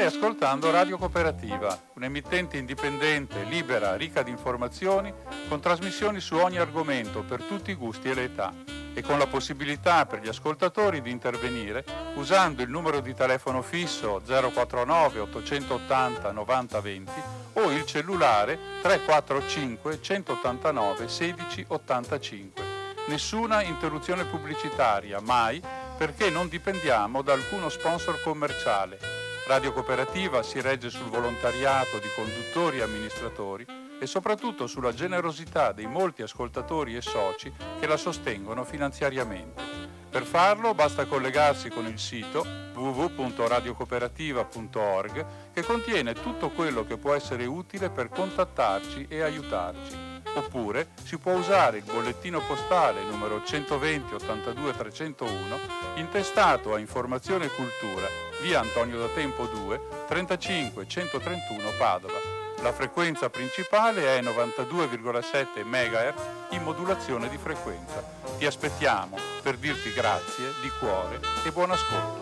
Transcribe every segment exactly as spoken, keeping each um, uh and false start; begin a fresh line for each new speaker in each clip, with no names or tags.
Stai ascoltando Radio Cooperativa, un'emittente indipendente, libera, ricca di informazioni, con trasmissioni su ogni argomento per tutti i gusti e le età, e con la possibilità per gli ascoltatori di intervenire usando il numero di telefono fisso zero quattro nove ottocentottanta novanta venti o il cellulare tre quattro cinque centottantanove sedici ottantacinque. Nessuna interruzione pubblicitaria, mai, perché non dipendiamo da alcuno sponsor commerciale. Radio Cooperativa si regge sul volontariato di conduttori e amministratori e soprattutto sulla generosità dei molti ascoltatori e soci che la sostengono finanziariamente. Per farlo basta collegarsi con il sito w w w punto radiocooperativa punto org, che contiene tutto quello che può essere utile per contattarci e aiutarci. Oppure si può usare il bollettino postale numero centoventi ottantadue trecentouno, intestato a Informazione e Cultura, via Antonio da Tempo due, trentacinque centotrentuno Padova. La frequenza principale è novantadue virgola sette megahertz in modulazione di frequenza. Ti aspettiamo per dirti grazie di cuore e buon ascolto.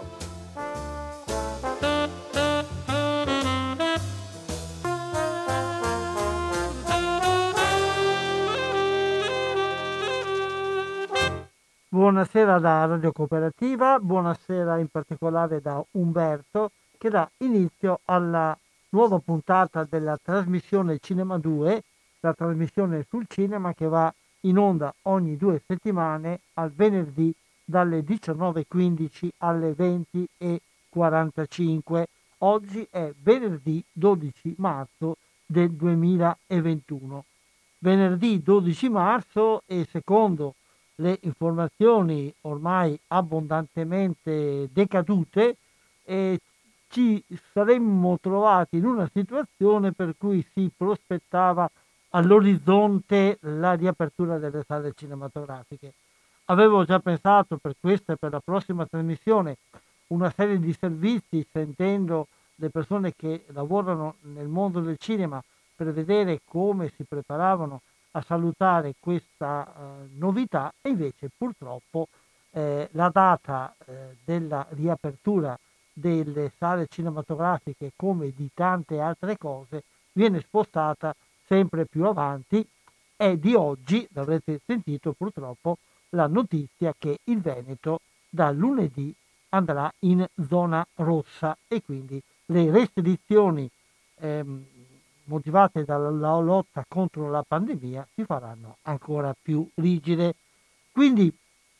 Buonasera da Radio Cooperativa, buonasera in particolare da Umberto, che dà inizio alla nuova puntata della trasmissione Cinema due, la trasmissione sul cinema che va in onda ogni due settimane al venerdì dalle diciannove e quindici alle venti e quarantacinque. Oggi è venerdì dodici marzo del duemilaventuno. Venerdì dodici marzo e secondo le informazioni ormai abbondantemente decadute, e ci saremmo trovati in una situazione per cui si prospettava all'orizzonte la riapertura delle sale cinematografiche. Avevo già pensato per questa e per la prossima trasmissione una serie di servizi, sentendo le persone che lavorano nel mondo del cinema, per vedere come si preparavano a salutare questa eh, novità, e invece purtroppo eh, la data eh, della riapertura delle sale cinematografiche, come di tante altre cose, viene spostata sempre più avanti. È di oggi, l'avrete sentito purtroppo, la notizia che il Veneto da lunedì andrà in zona rossa e quindi le restrizioni ehm, motivate dalla lotta contro la pandemia si faranno ancora più rigide. Quindi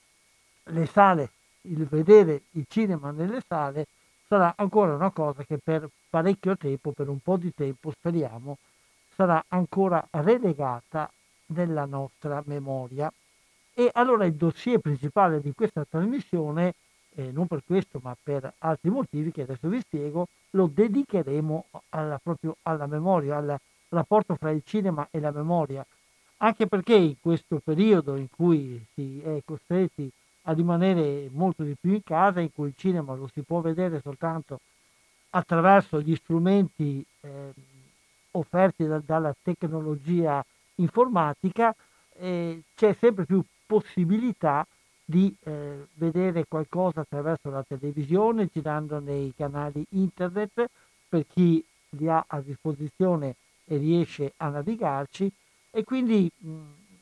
le sale, il vedere il cinema nelle sale sarà ancora una cosa che per parecchio tempo, per un po' di tempo speriamo, sarà ancora relegata nella nostra memoria. E allora il dossier principale di questa trasmissione, eh, non per questo ma per altri motivi che adesso vi spiego, lo dedicheremo alla, proprio alla memoria, al rapporto fra il cinema e la memoria, anche perché in questo periodo in cui si è costretti a rimanere molto di più in casa, in cui il cinema lo si può vedere soltanto attraverso gli strumenti eh, offerti da, dalla tecnologia informatica, eh, c'è sempre più possibilità di eh, vedere qualcosa attraverso la televisione, girando nei canali internet, per chi li ha a disposizione e riesce a navigarci, e quindi mh,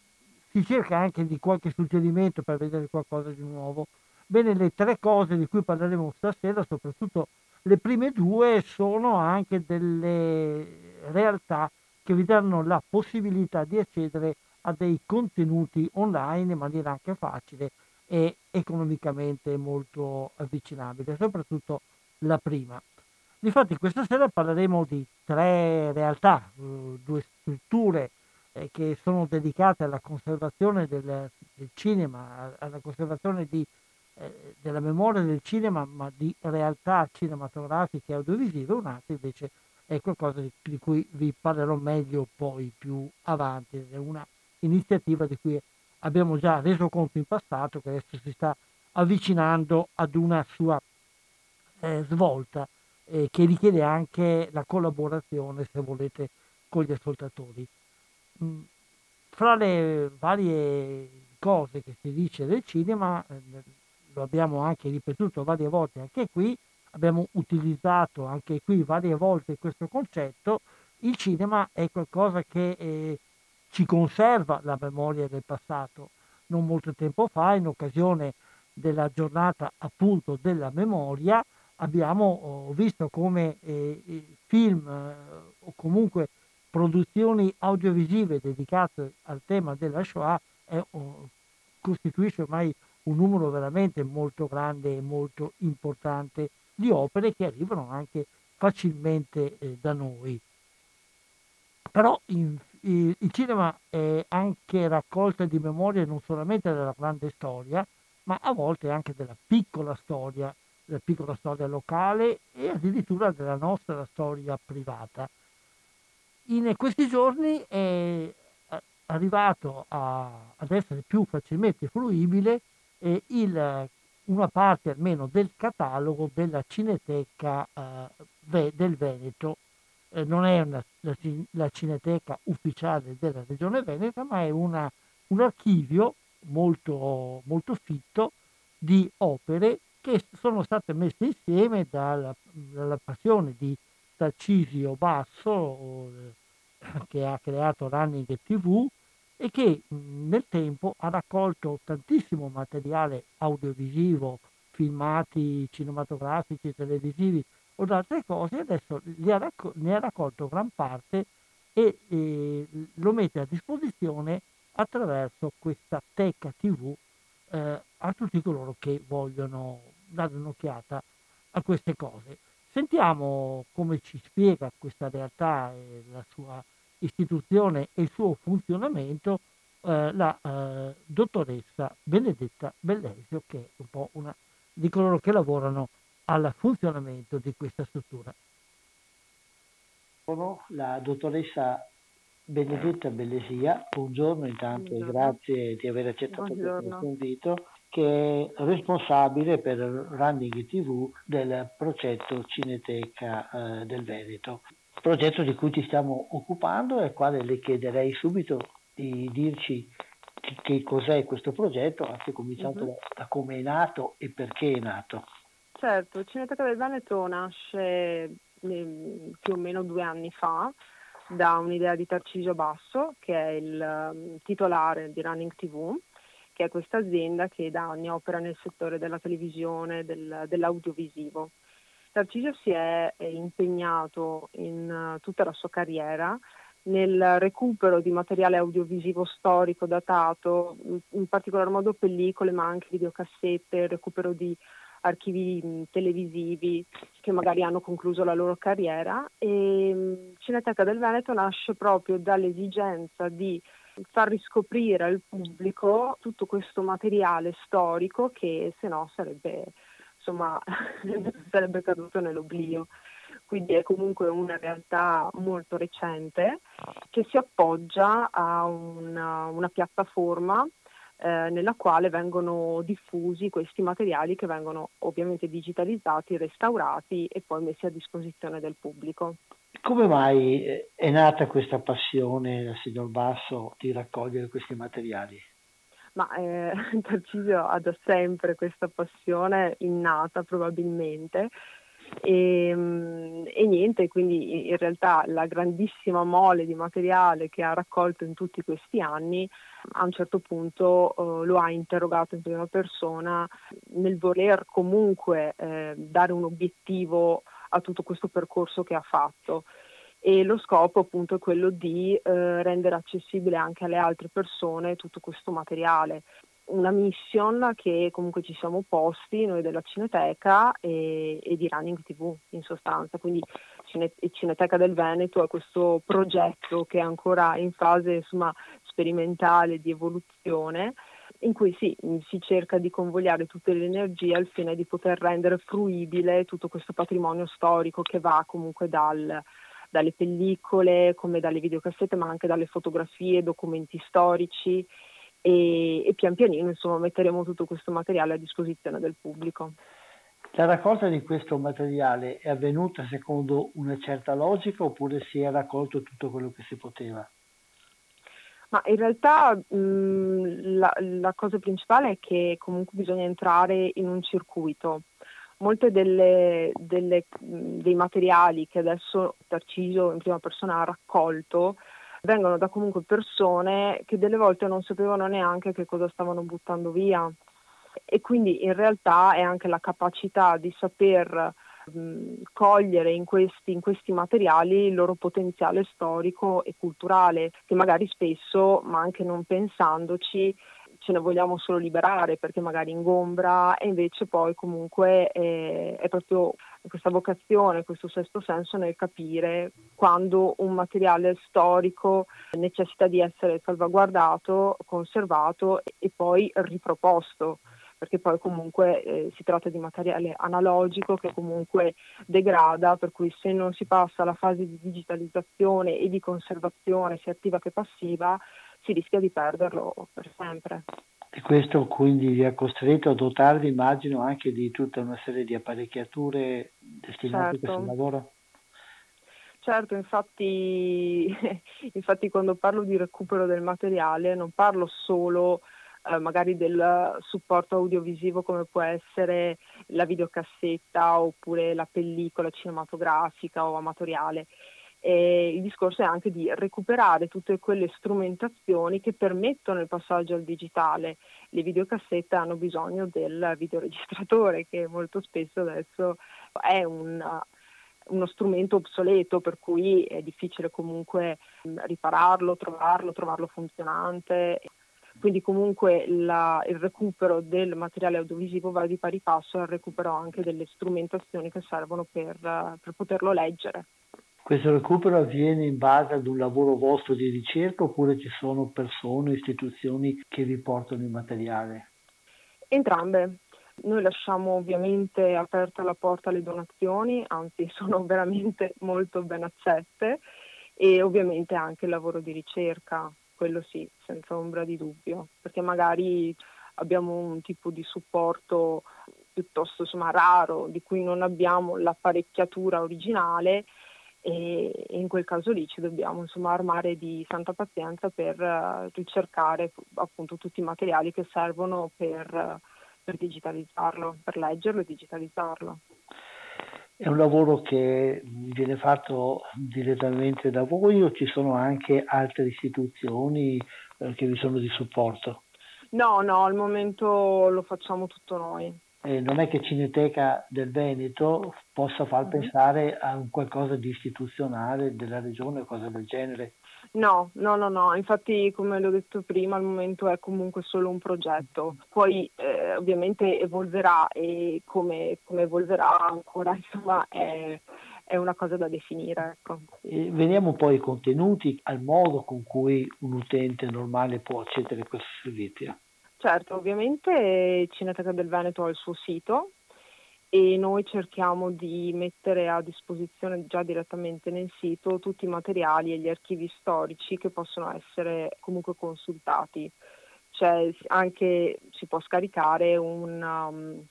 si cerca anche di qualche suggerimento per vedere qualcosa di nuovo. Bene, le tre cose di cui parleremo stasera, soprattutto le prime due, sono anche delle realtà che vi danno la possibilità di accedere a dei contenuti online in maniera anche facile e economicamente molto avvicinabile, soprattutto la prima. Difatti questa sera parleremo di tre realtà, due strutture eh, che sono dedicate alla conservazione del, del cinema, alla conservazione di, eh, della memoria del cinema, ma di realtà cinematografiche e audiovisive. Un'altra invece è qualcosa di, di cui vi parlerò meglio poi più avanti. È una iniziativa di cui abbiamo già reso conto in passato, che adesso si sta avvicinando ad una sua eh, svolta, eh, che richiede anche la collaborazione, se volete, con gli ascoltatori. Mm, fra le varie cose che si dice del cinema, eh, lo abbiamo anche ripetuto varie volte anche qui, abbiamo utilizzato anche qui varie volte questo concetto, il cinema è qualcosa che eh, ci conserva la memoria del passato. Non molto tempo fa, in occasione della giornata appunto della memoria, abbiamo oh, visto come eh, i film eh, o comunque produzioni audiovisive dedicate al tema della Shoah è, oh, costituisce ormai un numero veramente molto grande e molto importante di opere che arrivano anche facilmente eh, da noi. Però in- il, il cinema è anche raccolta di memorie non solamente della grande storia, ma a volte anche della piccola storia, della piccola storia locale e addirittura della nostra storia privata. In questi giorni è a- arrivato a- ad essere più facilmente fruibile eh, il- una parte almeno del catalogo della Cineteca eh, Ve- del Veneto. Eh, non è una- la, ci- la Cineteca ufficiale della Regione Veneto, ma è una- un archivio molto, molto fitto di opere che sono state messe insieme dalla, dalla passione di Tarcisio Basso, eh, che ha creato Running T V e che mh, nel tempo ha raccolto tantissimo materiale audiovisivo, filmati cinematografici, televisivi o da altre cose, adesso li ha racco- ne ha raccolto gran parte e eh, lo mette a disposizione attraverso questa Teca T V eh, a tutti coloro che vogliono dare un'occhiata a queste cose. Sentiamo come ci spiega questa realtà e la sua istituzione e il suo funzionamento eh, la eh, dottoressa Benedetta Bellesio, che è un po' una di coloro che lavorano al funzionamento di questa struttura.
Sono la dottoressa Benedetta Bellesia, buongiorno intanto e
Buongiorno.
grazie di aver accettato questo
Buongiorno.
nostro invito, che è responsabile per Running T V del progetto Cineteca eh, del Veneto, progetto di cui ci stiamo occupando e al quale le chiederei subito di dirci che, che cos'è questo progetto, anche cominciando
Mhm.
da, da come è nato e perché è nato.
Certo, Cineteca del Veneto nasce eh, più o meno due anni fa da un'idea di Tarcisio Basso, che è il um, titolare di Running T V, che è questa azienda che da anni opera nel settore della televisione, del, dell'audiovisivo. Tarcisio si è è impegnato in uh, tutta la sua carriera nel recupero di materiale audiovisivo storico datato, in particolar modo pellicole, ma anche videocassette, recupero di archivi mh, televisivi che magari hanno concluso la loro carriera e mh, Cineteca del Veneto nasce proprio dall'esigenza di far riscoprire al pubblico tutto questo materiale storico che se no sarebbe insomma sarebbe caduto nell'oblio. Quindi è comunque una realtà molto recente che si appoggia a una, una piattaforma eh, nella quale vengono diffusi questi materiali che vengono ovviamente digitalizzati, restaurati e poi messi a disposizione del pubblico.
Come mai eh, è nata questa passione del signor Basso di raccogliere questi materiali?
Ma eh, Tarcisio ha da sempre questa passione innata probabilmente e, mm, e niente, quindi in realtà la grandissima mole di materiale che ha raccolto in tutti questi anni a un certo punto eh, lo ha interrogato in prima persona nel voler comunque eh, dare un obiettivo a tutto questo percorso che ha fatto. E lo scopo appunto è quello di eh, rendere accessibile anche alle altre persone tutto questo materiale. Una mission che comunque ci siamo posti noi della Cineteca e, e di Running T V in sostanza, quindi Cine, Cineteca del Veneto è questo progetto che è ancora in fase insomma, sperimentale di evoluzione in cui sì, si cerca di convogliare tutte le energie al fine di poter rendere fruibile tutto questo patrimonio storico che va comunque dal dalle pellicole, come dalle videocassette, ma anche dalle fotografie, documenti storici e, e pian pianino insomma metteremo tutto questo materiale a disposizione del pubblico.
La raccolta di questo materiale è avvenuta secondo una certa logica oppure si è raccolto tutto quello che si poteva?
Ma in realtà mh, la, la cosa principale è che comunque bisogna entrare in un circuito. molte delle, delle, dei materiali che adesso Tarcisio in prima persona ha raccolto vengono da comunque persone che delle volte non sapevano neanche che cosa stavano buttando via, e quindi in realtà è anche la capacità di saper mh, cogliere in questi, in questi materiali il loro potenziale storico e culturale, che magari spesso, ma anche non pensandoci, ce ne vogliamo solo liberare perché magari ingombra, e invece poi comunque è, è proprio questa vocazione, questo sesto senso nel capire quando un materiale storico necessita di essere salvaguardato, conservato e poi riproposto, perché poi comunque eh, si tratta di materiale analogico che comunque degrada, per cui se non si passa alla fase di digitalizzazione e di conservazione sia attiva che passiva, si rischia di perderlo per sempre.
E questo quindi vi ha costretto a dotarvi, immagino, anche di tutta una serie di apparecchiature destinate a questo
Certo.
lavoro?
Certo, infatti, infatti quando parlo di recupero del materiale non parlo solo eh, magari del supporto audiovisivo come può essere la videocassetta oppure la pellicola cinematografica o amatoriale. E il discorso è anche di recuperare tutte quelle strumentazioni che permettono il passaggio al digitale. Le videocassette hanno bisogno del videoregistratore, che molto spesso adesso è un, uno strumento obsoleto, per cui è difficile comunque ripararlo, trovarlo, trovarlo funzionante. Quindi comunque la, il recupero del materiale audiovisivo va di pari passo al recupero anche delle strumentazioni che servono per, per poterlo leggere.
Questo recupero avviene in base ad un lavoro vostro di ricerca oppure ci sono persone, istituzioni che vi portano il materiale?
Entrambe. Noi lasciamo ovviamente aperta la porta alle donazioni, anzi sono veramente molto ben accette, e ovviamente anche il lavoro di ricerca, quello sì, senza ombra di dubbio, perché magari abbiamo un tipo di supporto piuttosto insomma raro, di cui non abbiamo l'apparecchiatura originale, e in quel caso lì ci dobbiamo insomma armare di santa pazienza per uh, ricercare appunto tutti i materiali che servono per, uh, per digitalizzarlo, per leggerlo e digitalizzarlo.
È un lavoro che viene fatto direttamente da voi o ci sono anche altre istituzioni eh, che vi sono di supporto?
No, no, al momento lo facciamo tutto noi.
Eh, non è che Cineteca del Veneto possa far
Mm-hmm.
pensare a un qualcosa di istituzionale della regione o cose del genere?
No, no, no, no, infatti come l'ho detto prima al momento è comunque solo un progetto, poi eh, ovviamente evolverà e come, come evolverà ancora insomma è, è una cosa da definire. Ecco.
E veniamo poi ai contenuti, al modo con cui un utente normale può accedere a questo servizio.
Certo, ovviamente Cineteca del Veneto ha il suo sito e noi cerchiamo di mettere a disposizione già direttamente nel sito tutti i materiali e gli archivi storici che possono essere comunque consultati. Cioè anche si può scaricare una,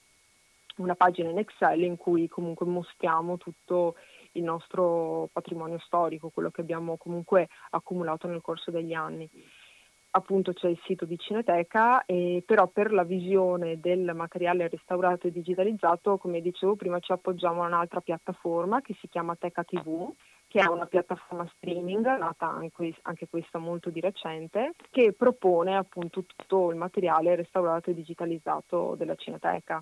una pagina in Excel in cui comunque mostriamo tutto il nostro patrimonio storico, quello che abbiamo comunque accumulato nel corso degli anni. Appunto c'è il sito di Cineteca, e però per la visione del materiale restaurato e digitalizzato, come dicevo prima, ci appoggiamo a un'altra piattaforma che si chiama Teca tivù, che è una piattaforma streaming nata anche, anche questa molto di recente, che propone appunto tutto il materiale restaurato e digitalizzato della Cineteca.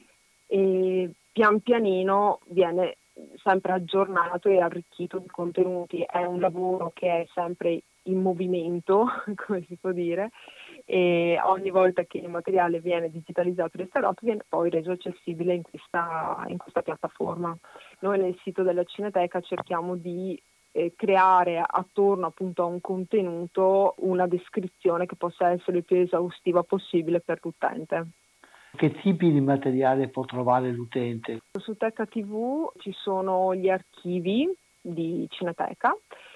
E pian pianino viene sempre aggiornato e arricchito di contenuti. È un lavoro che è sempre in movimento, come si può dire, e ogni volta che il materiale viene digitalizzato e restaurato viene poi reso accessibile in questa, in questa piattaforma. Noi nel sito della Cineteca cerchiamo di eh, creare attorno appunto a un contenuto una descrizione che possa essere il più esaustiva possibile per l'utente.
Che tipi di materiale può trovare l'utente?
Su Teca tivù ci sono gli archivi di Cineteca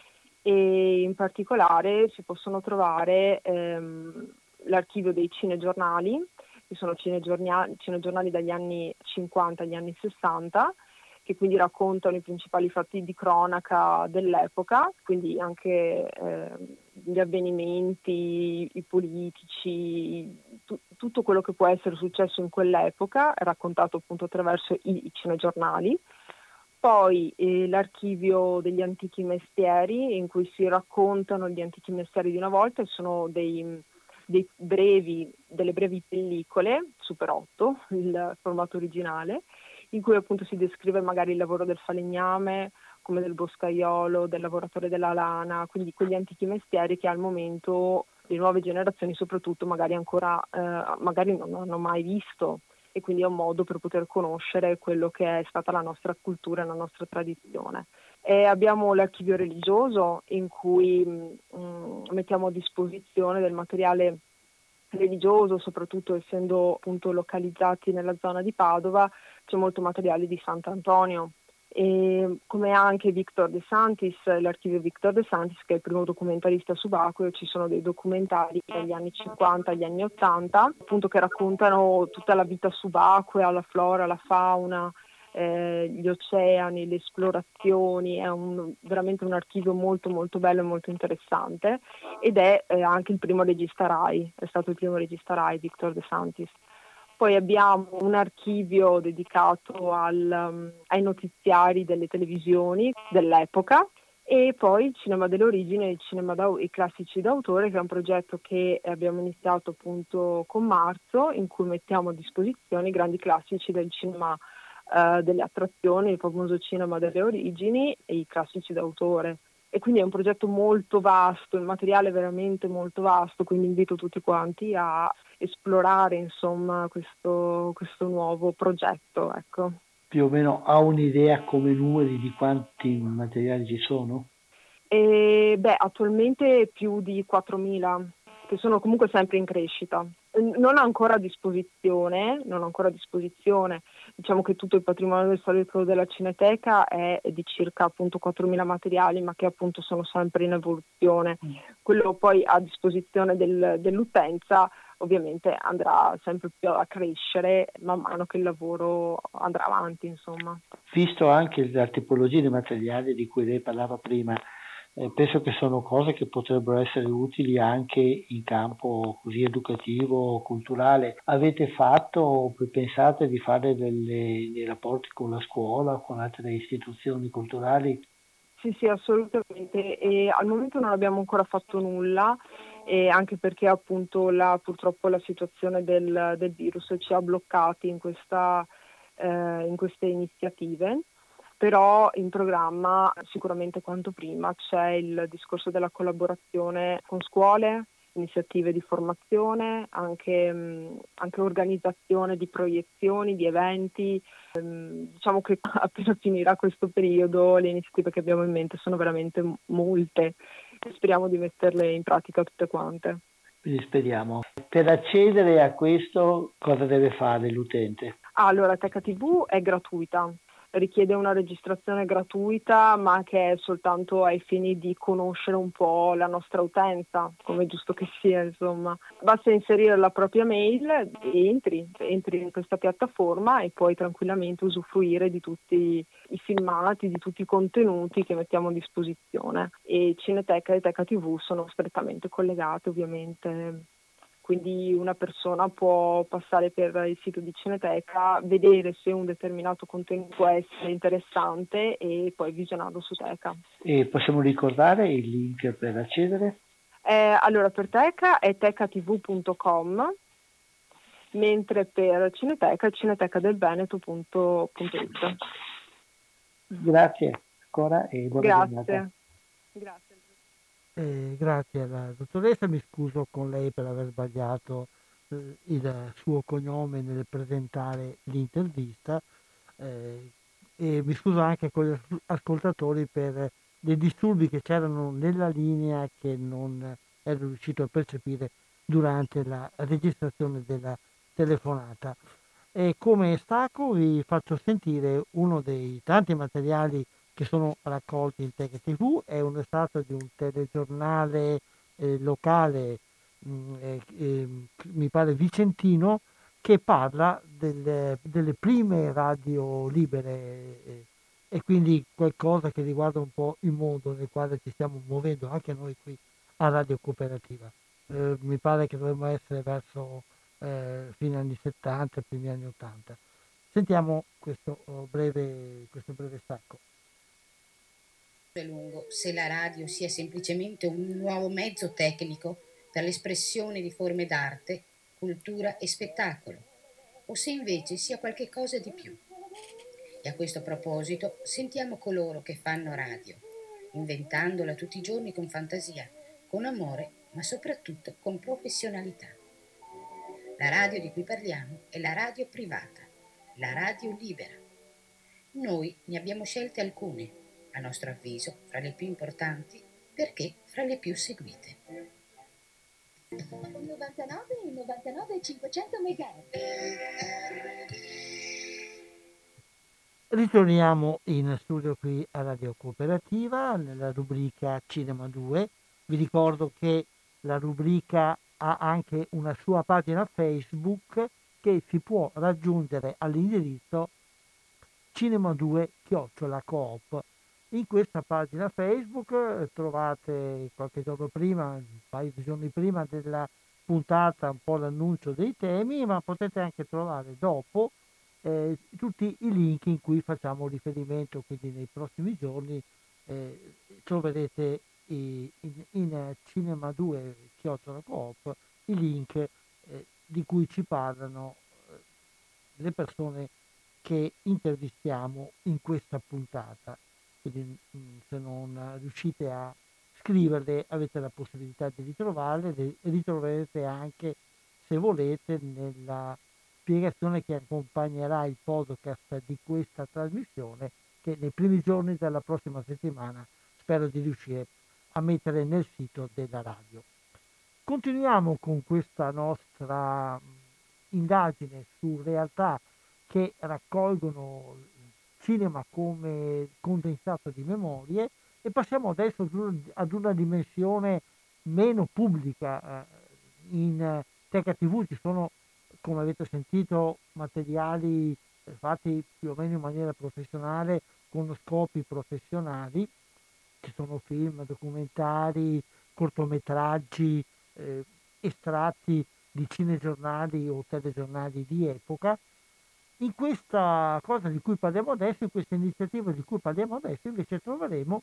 e in particolare si possono trovare ehm, l'archivio dei cinegiornali, che sono cinegiornali, cinegiornali dagli anni cinquanta agli anni sessanta, che quindi raccontano i principali fatti di cronaca dell'epoca, quindi anche eh, gli avvenimenti, i politici, tu, tutto quello che può essere successo in quell'epoca, raccontato appunto attraverso i, i cinegiornali. Poi eh, l'archivio degli antichi mestieri, in cui si raccontano gli antichi mestieri di una volta, e sono dei, dei brevi, delle brevi pellicole, Super otto, il formato originale, in cui appunto si descrive magari il lavoro del falegname, come del boscaiolo, del lavoratore della lana, quindi quegli antichi mestieri che al momento le nuove generazioni soprattutto magari ancora eh, magari non hanno mai visto, e quindi è un modo per poter conoscere quello che è stata la nostra cultura e la nostra tradizione. E abbiamo l'archivio religioso, in cui mh, mettiamo a disposizione del materiale religioso, soprattutto essendo appunto localizzati nella zona di Padova, c'è molto materiale di Sant'Antonio. E come anche Victor De Santis, l'archivio Victor De Santis, che è il primo documentarista subacqueo, ci sono dei documentari dagli anni cinquanta agli anni ottanta, appunto, che raccontano tutta la vita subacquea, la flora, la fauna, eh, gli oceani, le esplorazioni. È un, veramente un archivio molto molto bello e molto interessante, ed è eh, anche il primo regista Rai, è stato il primo regista Rai, Victor De Santis. Poi abbiamo un archivio dedicato al, um, ai notiziari delle televisioni dell'epoca, e poi il cinema delle origini e il cinema da, i classici d'autore, che è un progetto che abbiamo iniziato appunto con marzo, in cui mettiamo a disposizione i grandi classici del cinema uh, delle attrazioni, il famoso cinema delle origini e i classici d'autore. E quindi è un progetto molto vasto, il materiale è veramente molto vasto, quindi invito tutti quanti a esplorare insomma questo, questo nuovo progetto. Ecco.
Più o meno ha un'idea come numeri di quanti materiali ci sono?
E, beh, attualmente più di quattromila, che sono comunque sempre in crescita. Non ancora a disposizione, non ancora a disposizione. Diciamo che tutto il patrimonio storico della Cineteca è di circa appunto quattromila materiali, ma che appunto sono sempre in evoluzione. Quello poi a disposizione del, dell'utenza ovviamente andrà sempre più a crescere man mano che il lavoro andrà avanti, insomma.
Visto anche la tipologia di materiali di cui lei parlava prima, Eh, penso che sono cose che potrebbero essere utili anche in campo così educativo o culturale. Avete fatto o pensate di fare delle, dei rapporti con la scuola o con altre istituzioni culturali?
Sì, sì, assolutamente. E al momento non abbiamo ancora fatto nulla, e anche perché appunto la, purtroppo la situazione del, del virus ci ha bloccati in, questa, eh, in queste iniziative. Però in programma sicuramente quanto prima c'è il discorso della collaborazione con scuole, iniziative di formazione, anche, mh, anche organizzazione di proiezioni, di eventi. Ehm, diciamo che appena finirà questo periodo le iniziative che abbiamo in mente sono veramente molte e speriamo di metterle in pratica tutte quante.
Quindi speriamo. Per accedere a questo cosa deve fare l'utente?
Ah, allora, Teca tivù è gratuita. Richiede una registrazione gratuita, ma che è soltanto ai fini di conoscere un po' la nostra utenza, come è giusto che sia, insomma. Basta inserire la propria mail e entri, entri in questa piattaforma e puoi tranquillamente usufruire di tutti i filmati, di tutti i contenuti che mettiamo a disposizione. E Cineteca e Teca tivù sono strettamente collegate, ovviamente. Quindi una persona può passare per il sito di Cineteca, vedere se un determinato contenuto può essere interessante e poi visionarlo su Teca.
E possiamo ricordare il link per accedere?
Eh, allora, per Teca è tecativù punto com, mentre per Cineteca è cinetecadelveneto punto it.
Grazie ancora e buona
Grazie.
giornata.
Grazie.
Eh, grazie alla dottoressa, mi scuso con lei per aver sbagliato eh, il suo cognome nel presentare l'intervista eh, e mi scuso anche con gli ascoltatori per dei disturbi che c'erano nella linea che non ero riuscito a percepire durante la registrazione della telefonata. E come stacco vi faccio sentire uno dei tanti materiali che sono raccolti in Teca tivù, è un estratto di un telegiornale eh, locale, mh, eh, eh, mi pare vicentino, che parla delle, delle prime radio libere eh, e quindi qualcosa che riguarda un po' il mondo nel quale ci stiamo muovendo anche noi qui a Radio Cooperativa. Eh, mi pare che dovremmo essere verso eh, fine anni settanta, primi anni ottanta. Sentiamo questo oh, breve, questo breve stacco.
Lungo se la radio sia semplicemente un nuovo mezzo tecnico per l'espressione di forme d'arte, cultura e spettacolo, o se invece sia qualche cosa di più. E a questo proposito sentiamo coloro che fanno radio, inventandola tutti i giorni con fantasia, con amore, ma soprattutto con professionalità. La radio di cui parliamo è la radio privata, la radio libera. Noi ne abbiamo scelte alcune, a nostro avviso, fra le più importanti, perché fra le più seguite.
novantanove e novantanove cinquecento megahertz.
Ritorniamo in studio qui a Radio Cooperativa nella rubrica Cinema due. Vi ricordo che la rubrica ha anche una sua pagina Facebook che si può raggiungere all'indirizzo cinema due chiocciola coop. In questa pagina Facebook eh, trovate qualche giorno prima, un paio di giorni prima della puntata, un po' l'annuncio dei temi, ma potete anche trovare dopo eh, tutti i link in cui facciamo riferimento, quindi nei prossimi giorni eh, troverete i, in, in cinema due chiocciola coop i link eh, di cui ci parlano eh, le persone che intervistiamo in questa puntata. Quindi se non riuscite a scriverle avete la possibilità di ritrovarle, le ritroverete anche, se volete, nella spiegazione che accompagnerà il podcast di questa trasmissione, che nei primi giorni della prossima settimana spero di riuscire a mettere nel sito della radio. Continuiamo con questa nostra indagine su realtà che raccolgono cinema come condensato di memorie e passiamo adesso ad una dimensione meno pubblica. In Teca tivù ci sono, come avete sentito, materiali fatti più o meno in maniera professionale con scopi professionali. Ci sono film, documentari, cortometraggi, eh, estratti di cinegiornali o telegiornali di epoca. In questa cosa di cui parliamo adesso, in questa iniziativa di cui parliamo adesso, invece troveremo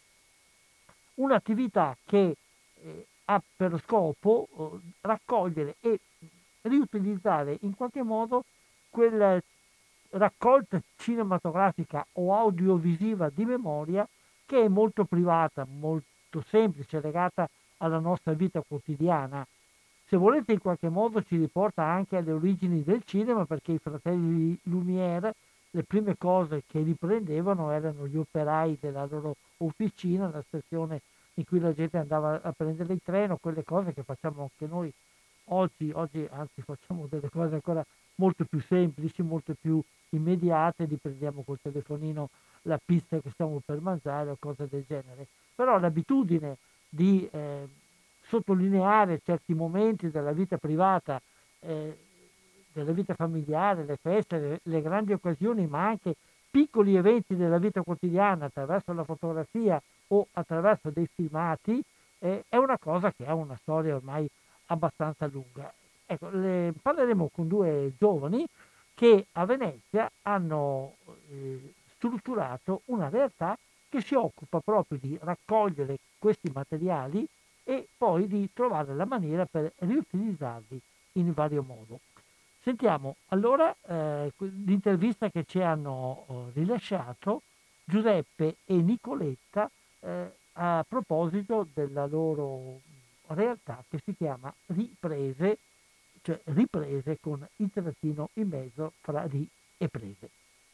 un'attività che eh, ha per scopo eh, raccogliere e riutilizzare in qualche modo quella raccolta cinematografica o audiovisiva di memoria che è molto privata, molto semplice, legata alla nostra vita quotidiana. Se volete in qualche modo ci riporta anche alle origini del cinema, perché i fratelli Lumière le prime cose che riprendevano erano gli operai della loro officina, la stazione in cui la gente andava a prendere il treno, quelle cose che facciamo anche noi oggi, oggi anzi facciamo delle cose ancora molto più semplici, molto più immediate, riprendiamo col telefonino la pizza che stiamo per mangiare o cose del genere. Però l'abitudine di eh, sottolineare certi momenti della vita privata, eh, della vita familiare, le feste, le, le grandi occasioni, ma anche piccoli eventi della vita quotidiana attraverso la fotografia o attraverso dei filmati, eh, è una cosa che ha una storia ormai abbastanza lunga. Ecco, le, parleremo con due giovani che a Venezia hanno eh, strutturato una realtà che si occupa proprio di raccogliere questi materiali e poi di trovare la maniera per riutilizzarli in vario modo. Sentiamo allora eh, l'intervista che ci hanno eh, rilasciato Giuseppe e Nicoletta eh, a proposito della loro realtà che si chiama Riprese, cioè riprese con il trattino in mezzo fra ri e prese.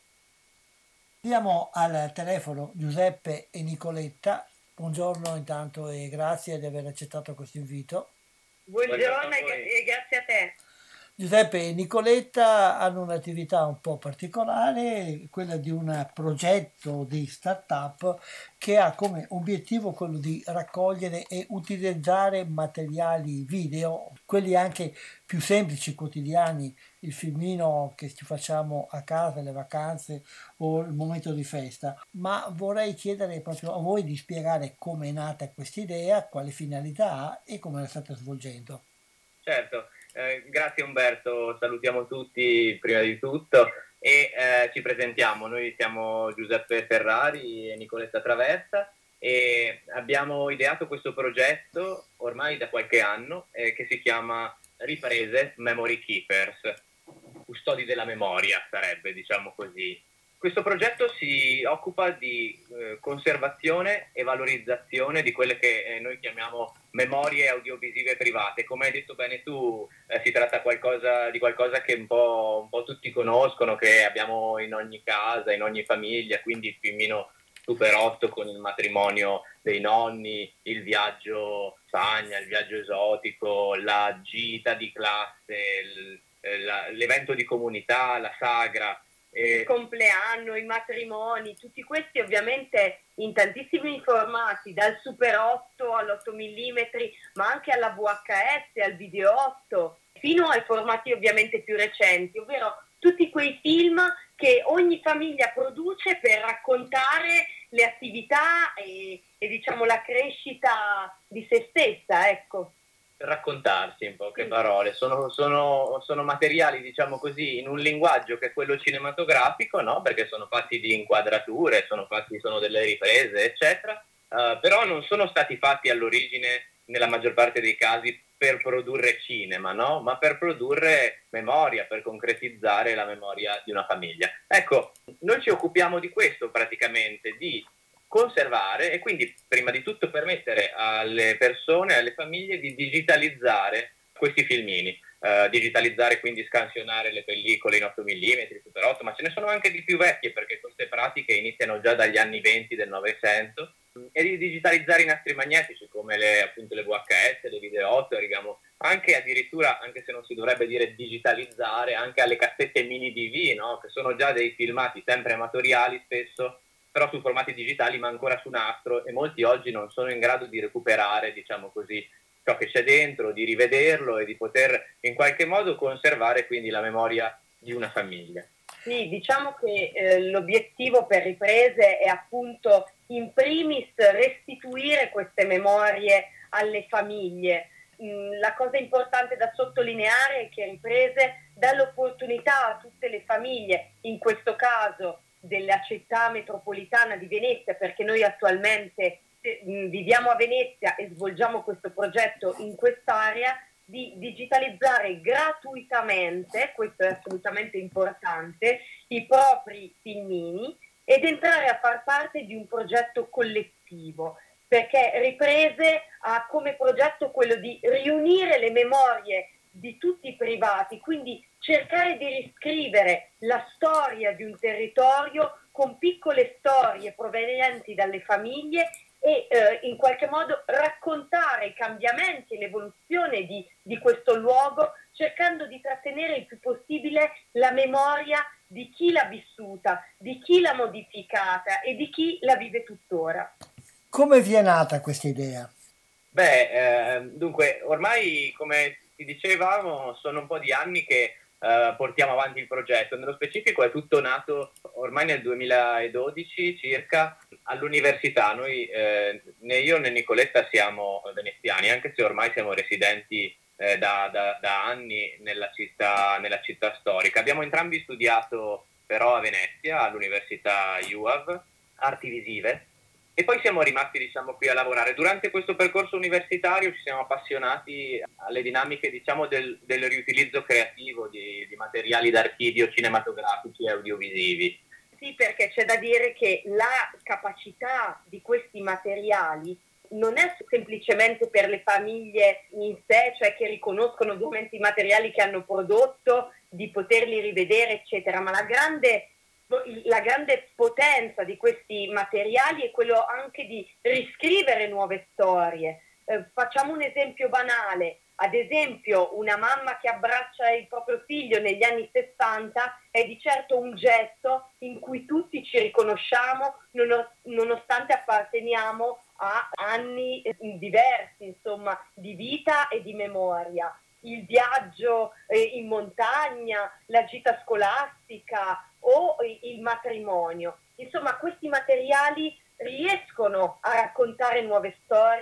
Abbiamo al telefono Giuseppe e Nicoletta. Buongiorno intanto e grazie di aver accettato questo invito.
Buongiorno e grazie a te.
Giuseppe e Nicoletta hanno un'attività un po' particolare, quella di un progetto di startup che ha come obiettivo quello di raccogliere e utilizzare materiali video, quelli anche più semplici, quotidiani, il filmino che ci facciamo a casa, le vacanze o il momento di festa. Ma vorrei chiedere proprio a voi di spiegare come è nata questa idea, quale finalità ha e come la state svolgendo.
certo. Eh, grazie Umberto, salutiamo tutti prima di tutto e eh, ci presentiamo. Noi siamo Giuseppe Ferrari e Nicoletta Traversa e abbiamo ideato questo progetto ormai da qualche anno eh, che si chiama Riprese Memory Keepers, custodi della memoria sarebbe, diciamo così. Questo progetto si occupa di eh, conservazione e valorizzazione di quelle che eh, noi chiamiamo memorie audiovisive private. Come hai detto bene tu, eh, si tratta qualcosa, di qualcosa che un po', un po' tutti conoscono, che abbiamo in ogni casa, in ogni famiglia, quindi il filmino Super otto con il matrimonio dei nonni, il viaggio in Spagna, il viaggio esotico, la gita di classe, il, la, l'evento di comunità, la sagra.
Il compleanno, i matrimoni, tutti questi ovviamente in tantissimi formati, dal Super otto all'otto millimetri, ma anche alla V H S, al Video otto, fino ai formati ovviamente più recenti, ovvero tutti quei film che ogni famiglia produce per raccontare le attività e, e diciamo la crescita di se stessa, ecco.
Raccontarsi in poche parole, sono, sono, sono materiali, diciamo così, in un linguaggio che è quello cinematografico, no? Perché sono fatti di inquadrature, sono fatti, sono delle riprese, eccetera, uh, però non sono stati fatti all'origine, nella maggior parte dei casi, per produrre cinema, no? Ma per produrre memoria, per concretizzare la memoria di una famiglia. Ecco, noi ci occupiamo di questo praticamente, di conservare e quindi prima di tutto permettere alle persone, alle famiglie di digitalizzare questi filmini, uh, digitalizzare quindi scansionare le pellicole in otto millimetri, Super otto, ma ce ne sono anche di più vecchie perché queste pratiche iniziano già dagli anni venti del Novecento, e di digitalizzare i nastri magnetici come le, appunto, le V H S, le Video otto, arriviamo anche addirittura, anche se non si dovrebbe dire digitalizzare, anche alle cassette mini D V, no? Che sono già dei filmati sempre amatoriali spesso, però su formati digitali ma ancora su nastro, e molti oggi non sono in grado di recuperare, diciamo così, ciò che c'è dentro, di rivederlo e di poter in qualche modo conservare quindi la memoria di una famiglia.
Sì, diciamo che eh, l'obiettivo per Riprese è appunto in primis restituire queste memorie alle famiglie. Mm, la cosa importante da sottolineare è che Riprese dà l'opportunità a tutte le famiglie, in questo caso della città metropolitana di Venezia, perché noi attualmente eh, viviamo a Venezia e svolgiamo questo progetto in quest'area, di digitalizzare gratuitamente, questo è assolutamente importante, i propri filmini ed entrare a far parte di un progetto collettivo, perché Riprese ha come progetto quello di riunire le memorie di tutti i privati, quindi cercare di riscrivere la storia di un territorio con piccole storie provenienti dalle famiglie e eh, in qualche modo raccontare i cambiamenti e l'evoluzione di, di questo luogo, cercando di trattenere il più possibile la memoria di chi l'ha vissuta, di chi l'ha modificata e di chi la vive tuttora.
Come vi è nata questa idea?
Beh, eh, dunque, ormai, come ti dicevamo, sono un po' di anni che eh, portiamo avanti il progetto. Nello specifico è tutto nato ormai nel duemiladodici circa all'università. Noi, eh, né io né Nicoletta siamo veneziani, anche se ormai siamo residenti eh, da, da, da anni nella città, nella città storica. Abbiamo entrambi studiato però a Venezia, all'università U A V, arti visive, e poi siamo rimasti, diciamo, qui a lavorare. Durante questo percorso universitario ci siamo appassionati alle dinamiche, diciamo, del, del riutilizzo creativo di, di materiali d'archivio cinematografici e audiovisivi.
Sì, perché c'è da dire che la capacità di questi materiali non è semplicemente per le famiglie in sé, cioè che riconoscono ovviamente i materiali che hanno prodotto, di poterli rivedere, eccetera, ma la grande La grande potenza di questi materiali è quello anche di riscrivere nuove storie. Eh, facciamo un esempio banale, ad esempio una mamma che abbraccia il proprio figlio negli anni sessanta è di certo un gesto in cui tutti ci riconosciamo nonostante apparteniamo a anni diversi, insomma, di vita e di memoria. Il viaggio eh, in montagna, la gita scolastica o il matrimonio. Insomma, questi materiali riescono a raccontare nuove storie,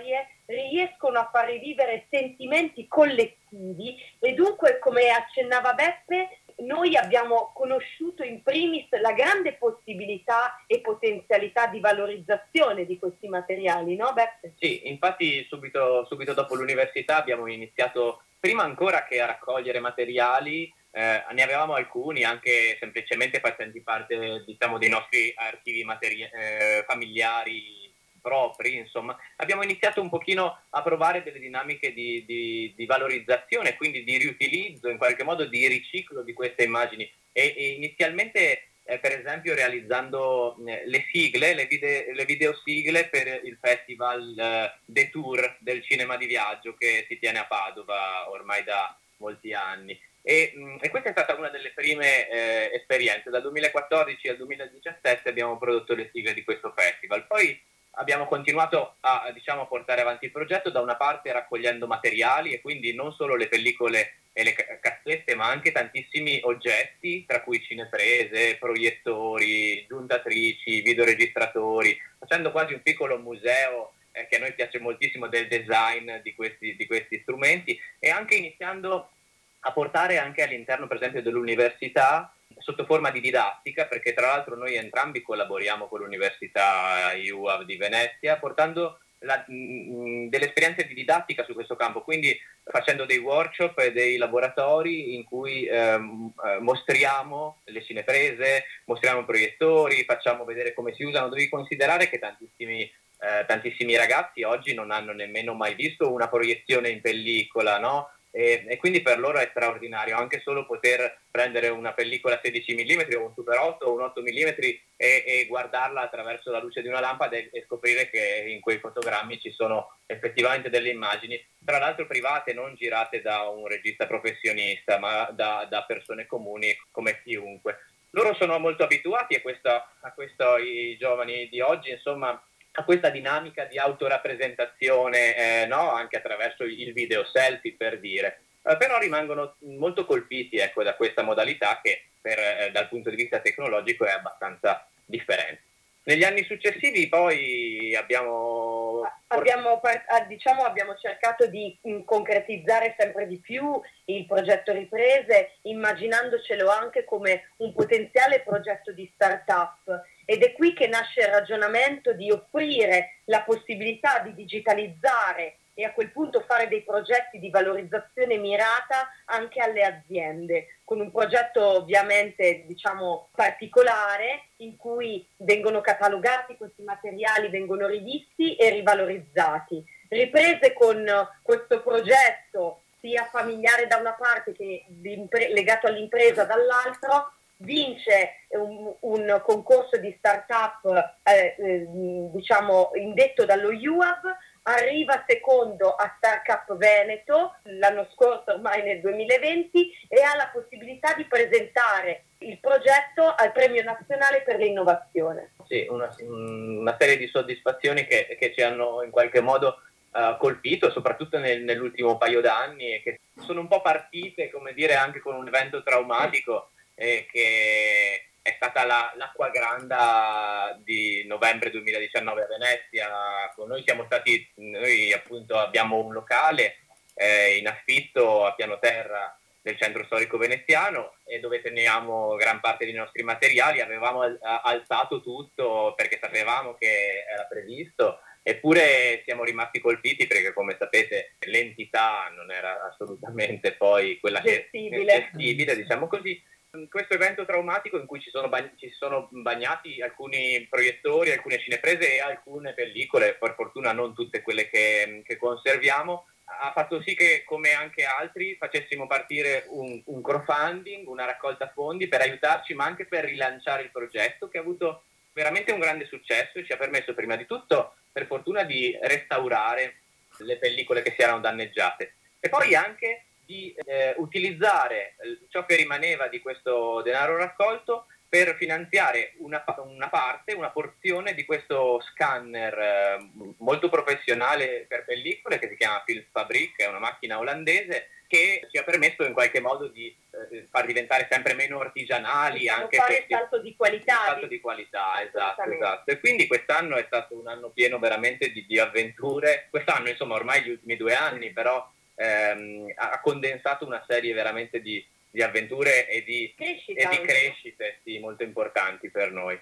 riescono a far rivivere sentimenti collettivi e dunque, come accennava Beppe, noi abbiamo conosciuto in primis la grande possibilità e potenzialità di valorizzazione di questi materiali, no Beppe?
Sì, infatti subito, subito dopo l'università abbiamo iniziato, prima ancora che a raccogliere materiali, eh, ne avevamo alcuni anche semplicemente facenti parte, diciamo, dei nostri archivi materi- eh, familiari propri, insomma, abbiamo iniziato un pochino a provare delle dinamiche di, di, di valorizzazione, quindi di riutilizzo, in qualche modo di riciclo di queste immagini e, e inizialmente eh, per esempio realizzando eh, le sigle, le, vide, le videosigle per il festival eh, The Tour del cinema di viaggio che si tiene a Padova ormai da molti anni. E, mh, e questa è stata una delle prime eh, esperienze. Dal duemilaquattordici al duemiladiciassette abbiamo prodotto le sigle di questo festival. Poi abbiamo continuato a, diciamo, a portare avanti il progetto, da una parte raccogliendo materiali e quindi non solo le pellicole e le cassette, ma anche tantissimi oggetti, tra cui cineprese, proiettori, giuntatrici, videoregistratori, facendo quasi un piccolo museo eh, che a noi piace moltissimo del design di questi, di questi strumenti, e anche iniziando a portare anche all'interno, per esempio, dell'università, sotto forma di didattica, perché tra l'altro noi entrambi collaboriamo con l'Università I U A V di Venezia, portando la, mh, delle esperienze di didattica su questo campo, quindi facendo dei workshop e dei laboratori in cui ehm, eh, mostriamo le cineprese, mostriamo i proiettori, facciamo vedere come si usano. Devi considerare che tantissimi, eh, tantissimi ragazzi oggi non hanno nemmeno mai visto una proiezione in pellicola, no? E, e quindi per loro è straordinario anche solo poter prendere una pellicola sedici millimetri o un Super otto o un otto millimetri e, e guardarla attraverso la luce di una lampada e, e scoprire che in quei fotogrammi ci sono effettivamente delle immagini, tra l'altro private, non girate da un regista professionista, ma da, da persone comuni come chiunque. Loro sono molto abituati a questo, a questo i giovani di oggi, insomma, a questa dinamica di autorappresentazione, eh, no? Anche attraverso il video selfie, per dire, eh, però rimangono molto colpiti, ecco, da questa modalità che per, eh, dal punto di vista tecnologico è abbastanza differente. Negli anni successivi poi abbiamo...
Abbiamo, diciamo, abbiamo cercato di concretizzare sempre di più il progetto Riprese, immaginandocelo anche come un potenziale progetto di start-up. Ed è qui che nasce il ragionamento di offrire la possibilità di digitalizzare e a quel punto fare dei progetti di valorizzazione mirata anche alle aziende, con un progetto ovviamente, diciamo, particolare in cui vengono catalogati questi materiali, vengono rivisti e rivalorizzati. Riprese con questo progetto sia familiare da una parte che legato all'impresa dall'altro, vince un, un concorso di start-up eh, eh, diciamo indetto dallo I U A V, arriva secondo a Startup Veneto l'anno scorso, ormai nel duemilaventi, e ha la possibilità di presentare il progetto al Premio Nazionale per l'innovazione.
Sì, una, una serie di soddisfazioni che, che ci hanno in qualche modo uh, colpito, soprattutto nel, nell'ultimo paio d'anni, e che sono un po' partite, come dire, anche con un evento traumatico, eh, che è stata la, l'acqua granda di novembre duemiladiciannove a Venezia. Con noi siamo stati, noi appunto abbiamo un locale eh, in affitto a piano terra del centro storico veneziano, e dove teniamo gran parte dei nostri materiali. Avevamo al, alzato tutto perché sapevamo che era previsto, eppure siamo rimasti colpiti perché, come sapete, l'entità non era assolutamente poi quella
gestibile,
che è gestibile, diciamo così. Questo evento traumatico in cui ci sono, bagn- ci sono bagnati alcuni proiettori, alcune cineprese e alcune pellicole, per fortuna non tutte quelle che, che conserviamo, ha fatto sì che, come anche altri, facessimo partire un, un crowdfunding, una raccolta fondi per aiutarci, ma anche per rilanciare il progetto, che ha avuto veramente un grande successo e ci ha permesso, prima di tutto, per fortuna, di restaurare le pellicole che si erano danneggiate, e poi anche di eh, utilizzare ciò che rimaneva di questo denaro raccolto per finanziare una, una parte, una porzione di questo scanner eh, molto professionale per pellicole che si chiama Filmfabrik, è una macchina olandese che ci ha permesso in qualche modo di eh, far diventare sempre meno artigianali,
Possiamo
anche
fare
questi,
il salto di qualità.
il salto di qualità, esatto, esatto. E quindi quest'anno è stato un anno pieno veramente di, di avventure. Quest'anno, insomma, ormai gli ultimi due anni, però ehm, ha condensato una serie veramente di, di avventure e di
Crescita.
e di crescite, sì, molto importanti per noi.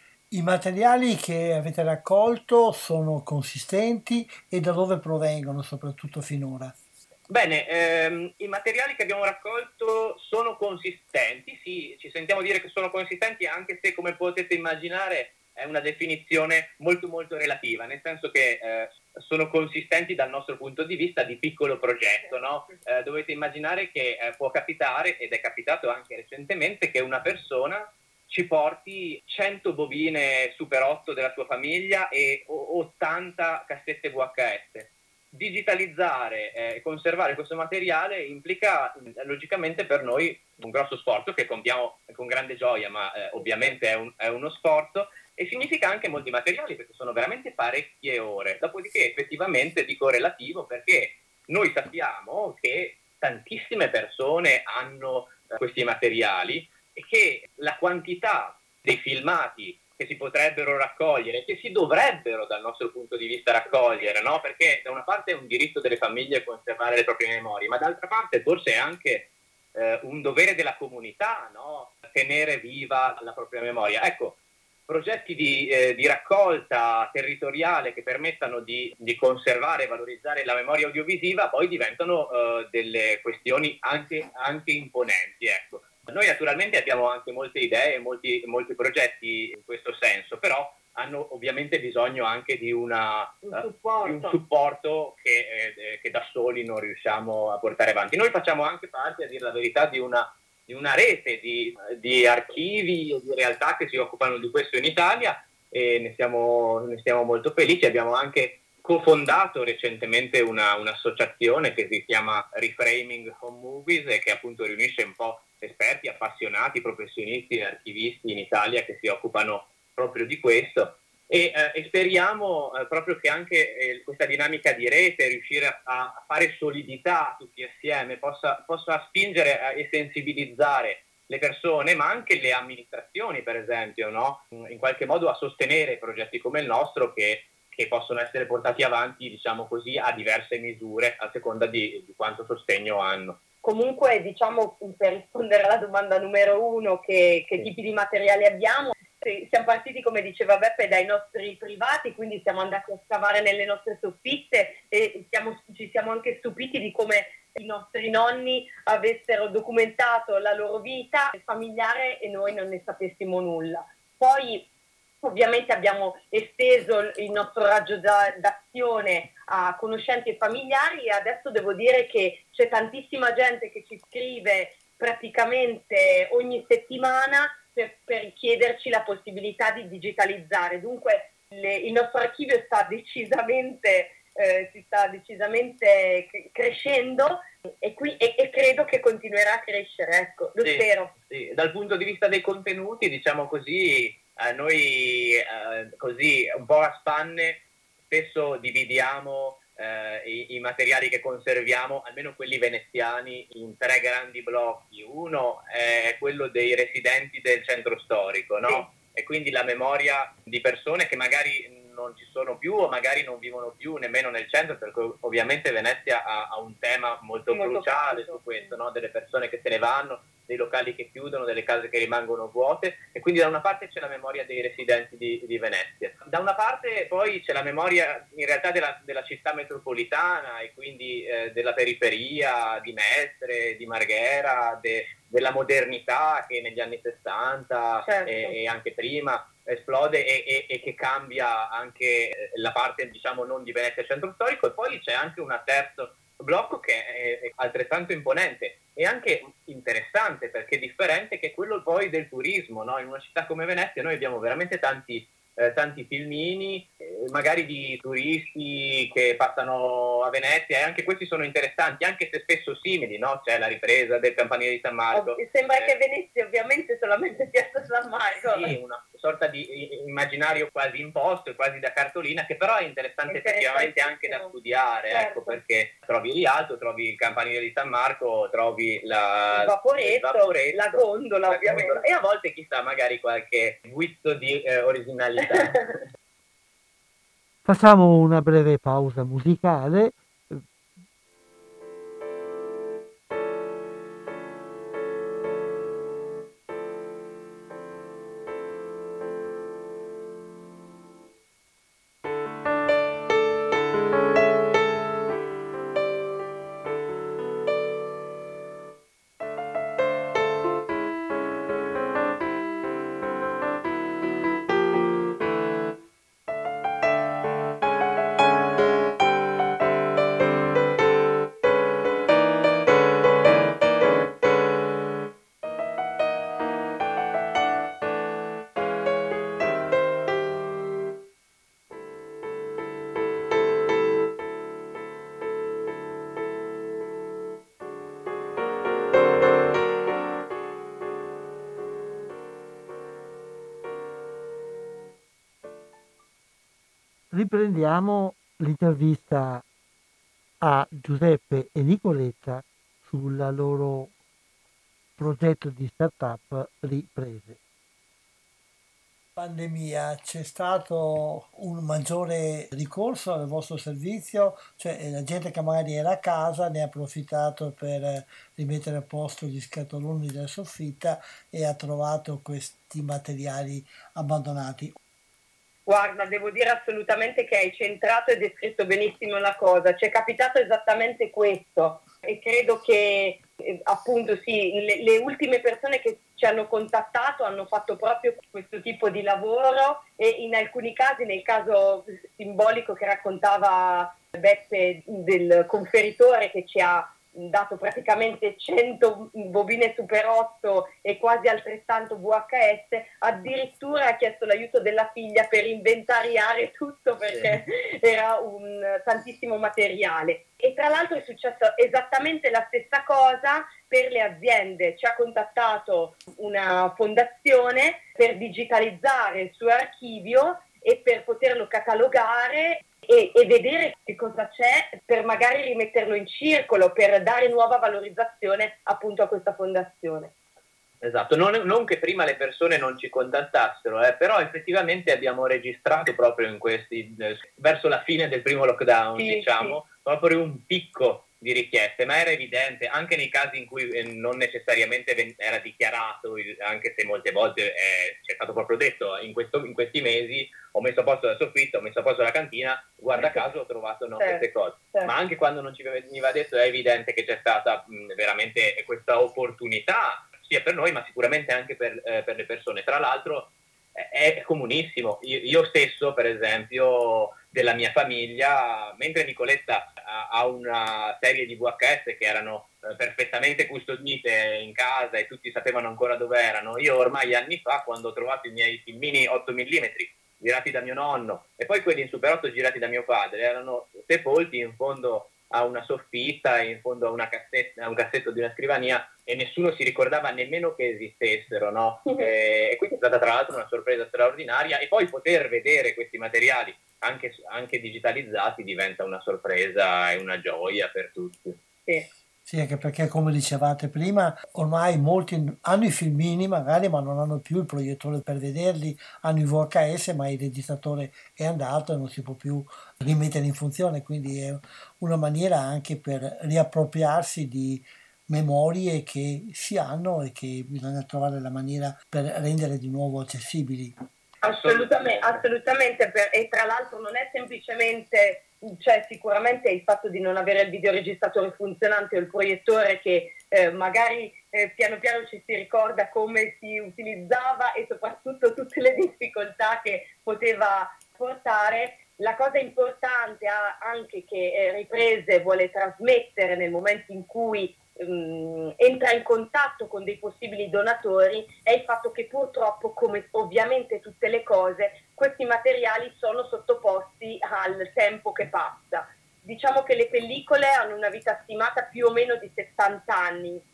I materiali che avete raccolto sono consistenti e da dove provengono, soprattutto finora?
Bene, ehm, i materiali che abbiamo raccolto sono consistenti, sì, ci sentiamo dire che sono consistenti, anche se, come potete immaginare, è una definizione molto molto relativa, nel senso che eh, sono consistenti dal nostro punto di vista di piccolo progetto, no? Eh, dovete immaginare che eh, può capitare, ed è capitato anche recentemente, che una persona ci porti cento bobine Super otto della sua famiglia e ottanta cassette V H S. Digitalizzare e eh, conservare questo materiale implica eh, logicamente per noi un grosso sforzo che compiamo con grande gioia, ma eh, ovviamente è, un, è uno sforzo, e significa anche molti materiali, perché sono veramente parecchie ore. Dopodiché effettivamente dico relativo, perché noi sappiamo che tantissime persone hanno eh, questi materiali e che la quantità dei filmati che si potrebbero raccogliere, che si dovrebbero dal nostro punto di vista raccogliere, no? Perché da una parte è un diritto delle famiglie conservare le proprie memorie, ma d'altra parte forse è anche eh, un dovere della comunità, no? Tenere viva la propria memoria. Ecco, progetti di, eh, di raccolta territoriale che permettano di, di conservare e valorizzare la memoria audiovisiva poi diventano eh, delle questioni anche, anche imponenti, ecco. Noi naturalmente abbiamo anche molte idee e molti, molti progetti in questo senso, però hanno ovviamente bisogno anche di, una,
un, supporto.
Uh, di un supporto che, eh, che da soli non riusciamo a portare avanti. Noi facciamo anche parte, a dire la verità, di una, di una rete di, di archivi e di realtà che si occupano di questo in Italia, e ne siamo, ne siamo molto felici. Abbiamo anche cofondato recentemente una, un'associazione che si chiama Reframing Home Movies e che appunto riunisce un po' esperti, appassionati, professionisti e archivisti in Italia che si occupano proprio di questo, e, eh, e speriamo eh, proprio che anche eh, questa dinamica di rete, riuscire a, a fare solidità tutti assieme, possa, possa spingere a, e sensibilizzare le persone, ma anche le amministrazioni, per esempio, no? In qualche modo a sostenere progetti come il nostro che che possono essere portati avanti, diciamo così, a diverse misure, a seconda di, di quanto sostegno hanno.
Comunque, diciamo, per rispondere alla domanda numero uno, che, che tipi di materiali abbiamo, siamo partiti, come diceva Beppe, dai nostri privati, quindi siamo andati a scavare nelle nostre soffitte e siamo, ci siamo anche stupiti di come i nostri nonni avessero documentato la loro vita familiare e noi non ne sapessimo nulla. Poi ovviamente abbiamo esteso il nostro raggio d'azione a conoscenti e familiari, e adesso devo dire che c'è tantissima gente che ci scrive praticamente ogni settimana per, per chiederci la possibilità di digitalizzare. Dunque le, il nostro archivio sta decisamente, eh, si sta decisamente crescendo e, qui, e, e credo che continuerà a crescere, ecco, lo
sì,
spero.
Sì. Dal punto di vista dei contenuti, diciamo così, Eh, noi eh, così un po' a spanne spesso dividiamo eh, i, i materiali che conserviamo, almeno quelli veneziani, in tre grandi blocchi. Uno è quello dei residenti del centro storico, no? Sì. E quindi la memoria di persone che magari non ci sono più o magari non vivono più nemmeno nel centro, perché ovviamente Venezia ha, ha un tema molto, molto cruciale su questo, no? Delle persone che se ne vanno, dei locali che chiudono, delle case che rimangono vuote, e quindi da una parte c'è la memoria dei residenti di, di Venezia, da una parte poi c'è la memoria in realtà della, della città metropolitana e quindi eh, della periferia, di Mestre, di Marghera, de, della modernità che negli anni sessanta, certo, e, e anche prima esplode e, e, e che cambia anche la parte, diciamo, non di Venezia centro storico. E poi c'è anche un terzo blocco che è, è altrettanto imponente e anche interessante, perché è differente, che è quello poi del turismo, no? In una città come Venezia noi abbiamo veramente tanti eh, tanti filmini, eh, magari di turisti che passano a Venezia, e anche questi sono interessanti, anche se spesso simili, no? C'è la ripresa del campanile di San Marco.
Oh, sembra eh, che Venezia ovviamente solamente Piazza San Marco.
Sì, una, sorta di immaginario quasi imposto e quasi da cartolina, che però è interessante effettivamente anche da studiare, certo. Ecco, perché trovi il Rialto, trovi il campanile di San Marco, trovi la,
il, vaporetto,
il vaporetto,
la gondola,
la
ovviamente.
Gondola, e a volte chissà magari qualche guizzo di eh, originalità.
Facciamo una breve pausa musicale. Riprendiamo l'intervista a Giuseppe e Nicoletta sul loro progetto di startup Riprese. Pandemia, c'è stato un maggiore ricorso al vostro servizio, cioè la gente che magari era a casa ne ha approfittato per rimettere a posto gli scatoloni della soffitta e ha trovato questi materiali abbandonati.
Guarda, devo dire assolutamente che hai centrato e descritto benissimo la cosa. Ci è capitato esattamente questo e credo che eh, appunto sì, le, le ultime persone che ci hanno contattato hanno fatto proprio questo tipo di lavoro e in alcuni casi, nel caso simbolico che raccontava Beppe del conferitore che ci ha dato praticamente cento bobine Super otto e quasi altrettanto V H S, addirittura ha chiesto l'aiuto della figlia per inventariare tutto perché sì. Era un tantissimo materiale. E tra l'altro è successo esattamente la stessa cosa per le aziende. Ci ha contattato una fondazione per digitalizzare il suo archivio e per poterlo catalogare e, e vedere che cosa c'è per magari rimetterlo in circolo, per dare nuova valorizzazione appunto a questa fondazione.
Esatto, non, non che prima le persone non ci contattassero, eh, però effettivamente abbiamo registrato proprio in questi, eh, verso la fine del primo lockdown, sì, diciamo, sì. proprio un picco di richieste, ma era evidente anche nei casi in cui eh, non necessariamente ven- era dichiarato, anche se molte volte eh, c'è stato proprio detto in, questo, in questi mesi ho messo a posto la soffitta, ho messo a posto la cantina, guarda caso ho trovato no, certo, queste cose, certo. Ma anche quando non ci veniva detto è evidente che c'è stata mh, veramente questa opportunità sia per noi ma sicuramente anche per, eh, per le persone. Tra l'altro eh, è comunissimo, io, io stesso per esempio della mia famiglia, mentre Nicoletta ha, ha una serie di V H S che erano eh, perfettamente custodite in casa e tutti sapevano ancora dove erano, io ormai anni fa quando ho trovato i miei filmini otto millimetri girati da mio nonno e poi quelli in Super otto girati da mio padre erano sepolti in fondo a una soffitta, in fondo a, una cassetta, a un cassetto di una scrivania e nessuno si ricordava nemmeno che esistessero, no? E, e quindi è stata tra l'altro una sorpresa straordinaria e poi poter vedere questi materiali anche, anche digitalizzati diventa una sorpresa e una gioia per tutti.
Sì.
Sì, anche perché come dicevate prima, ormai molti hanno i filmini magari, ma non hanno più il proiettore per vederli, hanno il V H S, ma il registratore è andato e non si può più rimettere in funzione, quindi è una maniera anche per riappropriarsi di memorie che si hanno e che bisogna trovare la maniera per rendere di nuovo accessibili.
Assolutamente, assolutamente per, e tra l'altro non è semplicemente, cioè sicuramente il fatto di non avere il videoregistratore funzionante o il proiettore che eh, magari eh, piano piano ci si ricorda come si utilizzava e soprattutto tutte le difficoltà che poteva portare. La cosa importante anche che eh, Riprese vuole trasmettere nel momento in cui um, entra in contatto con dei possibili donatori è il fatto che purtroppo, come ovviamente tutte le cose, questi materiali sono sottoposti al tempo che passa. Diciamo che le pellicole hanno una vita stimata più o meno di sessanta anni,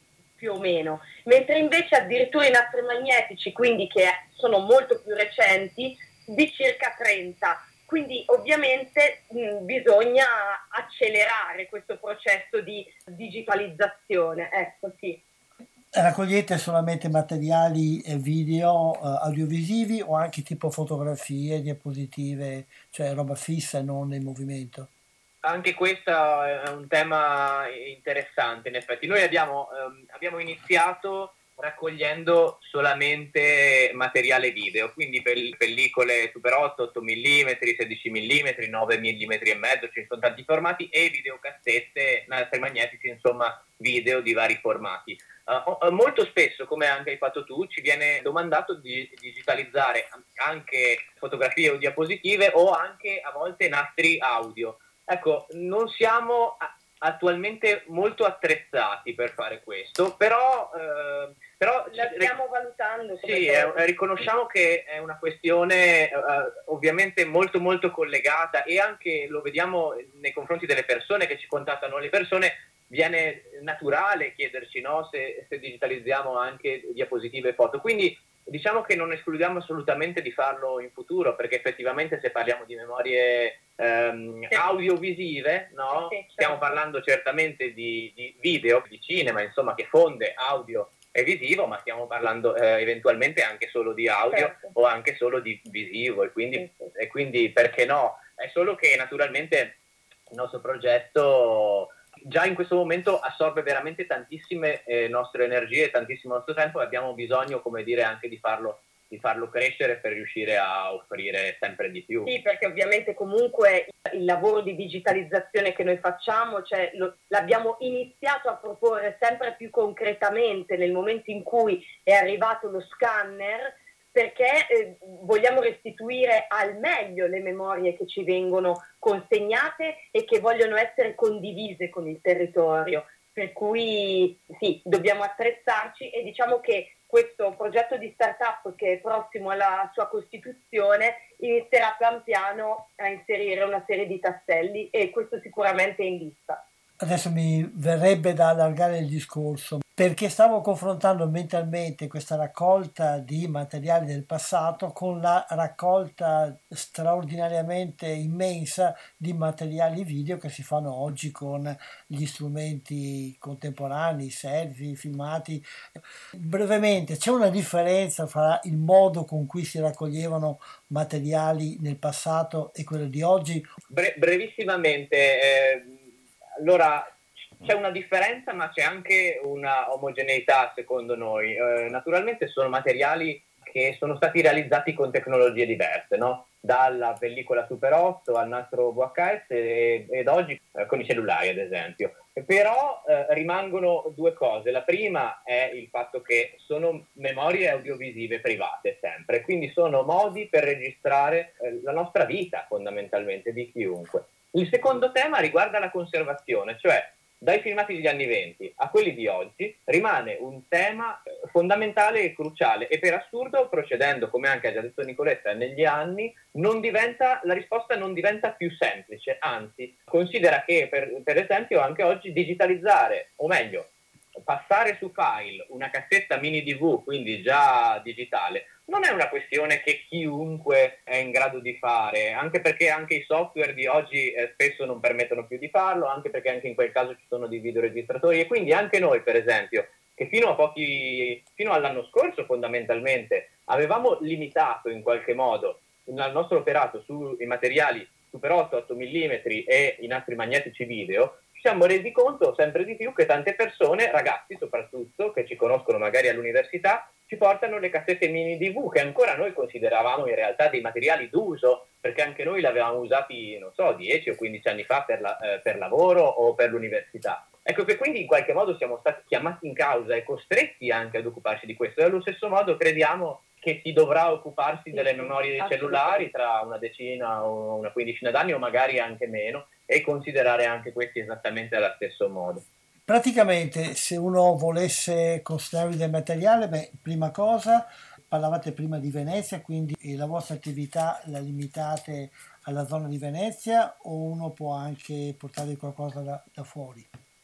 più o meno, mentre invece addirittura i nastri magnetici, quindi che sono molto più recenti, di circa trenta. Quindi ovviamente mh, bisogna accelerare questo processo di digitalizzazione. Ecco, sì.
Raccogliete solamente materiali eh, video, eh, audiovisivi o anche tipo fotografie, diapositive, cioè roba fissa e non in movimento?
Anche questo è un tema interessante, in effetti. Noi abbiamo, ehm, abbiamo iniziato raccogliendo solamente materiale video, quindi pel- pellicole Super otto, otto millimetri, sedici millimetri, nove millimetri e mezzo, ci sono tanti formati, e videocassette, nastri magnetici, insomma video di vari formati. Uh, molto spesso, come anche hai fatto tu, ci viene domandato di digitalizzare anche fotografie o diapositive o anche a volte nastri audio. Ecco, non siamo attualmente molto attrezzati per fare questo, però, eh, però
la stiamo valutando.
Sì, è, riconosciamo che è una questione eh, ovviamente molto molto collegata, e anche lo vediamo nei confronti delle persone che ci contattano. Le persone viene naturale chiederci, no, se, se digitalizziamo anche diapositive e foto, quindi diciamo che non escludiamo assolutamente di farlo in futuro, perché effettivamente se parliamo di memorie ehm, sì. audiovisive, no? Sì, certo. Stiamo parlando certamente di, di video, di cinema, insomma, che fonde audio e visivo, ma stiamo parlando eh, eventualmente anche solo di audio, certo. o anche solo di visivo, e quindi, sì, sì. e quindi perché no? È solo che naturalmente il nostro progetto già in questo momento assorbe veramente tantissime eh, nostre energie, tantissimo nostro tempo, e abbiamo bisogno, come dire, anche di farlo, di farlo crescere per riuscire a offrire sempre di più.
Sì, perché ovviamente comunque il lavoro di digitalizzazione che noi facciamo, cioè, lo, l'abbiamo iniziato a proporre sempre più concretamente nel momento in cui è arrivato lo scanner, perché eh, vogliamo restituire al meglio le memorie che ci vengono consegnate e che vogliono essere condivise con il territorio. Per cui sì, dobbiamo attrezzarci, e diciamo che questo progetto di startup, che è prossimo alla sua costituzione, inizierà pian piano a inserire una serie di tasselli, e questo sicuramente è in lista.
Adesso mi verrebbe da allargare il discorso, perché stavo confrontando mentalmente questa raccolta di materiali del passato con la raccolta straordinariamente immensa di materiali video che si fanno oggi con gli strumenti contemporanei, selfie, filmati. Brevemente, c'è una differenza fra il modo con cui si raccoglievano materiali nel passato e quello di oggi?
Bre- brevissimamente, eh... Allora, c'è una differenza, ma c'è anche una omogeneità, secondo noi. Eh, naturalmente sono materiali che sono stati realizzati con tecnologie diverse, no? Dalla pellicola Super otto al nastro V H S e, ed oggi eh, con i cellulari, ad esempio. Però eh, rimangono due cose. La prima è il fatto che sono memorie audiovisive private, sempre. Quindi sono modi per registrare eh, la nostra vita, fondamentalmente, di chiunque. Il secondo tema riguarda la conservazione, cioè dai filmati degli anni venti a quelli di oggi rimane un tema fondamentale e cruciale, e per assurdo, procedendo, come anche ha già detto Nicoletta, negli anni, non diventa, la risposta non diventa più semplice, anzi, considera che per, per esempio anche oggi digitalizzare, o meglio, passare su file una cassetta mini D V, quindi già digitale, non è una questione che chiunque è in grado di fare, anche perché anche i software di oggi eh, spesso non permettono più di farlo, anche perché anche in quel caso ci sono dei videoregistratori, e quindi anche noi, per esempio, che fino a pochi, fino all'anno scorso fondamentalmente avevamo limitato in qualche modo il nostro operato sui materiali Super otto, otto millimetri e i nastri magnetici video, ci siamo resi conto sempre di più che tante persone, ragazzi soprattutto, che ci conoscono magari all'università, ci portano le cassette mini D V, che ancora noi consideravamo in realtà dei materiali d'uso, perché anche noi li avevamo usati, non so, dieci o quindici anni fa per, la, eh, per lavoro o per l'università. Ecco che quindi in qualche modo siamo stati chiamati in causa e costretti anche ad occuparci di questo, e allo stesso modo crediamo che si dovrà occuparsi delle memorie dei cellulari tra una decina o una quindicina d'anni, o magari anche meno, e considerare anche questi esattamente allo stesso modo.
Praticamente, se uno volesse considerarvi del materiale, beh, prima cosa, parlavate prima di Venezia, quindi la vostra attività la limitate alla zona di Venezia, o uno può anche portarvi qualcosa da, da fuori?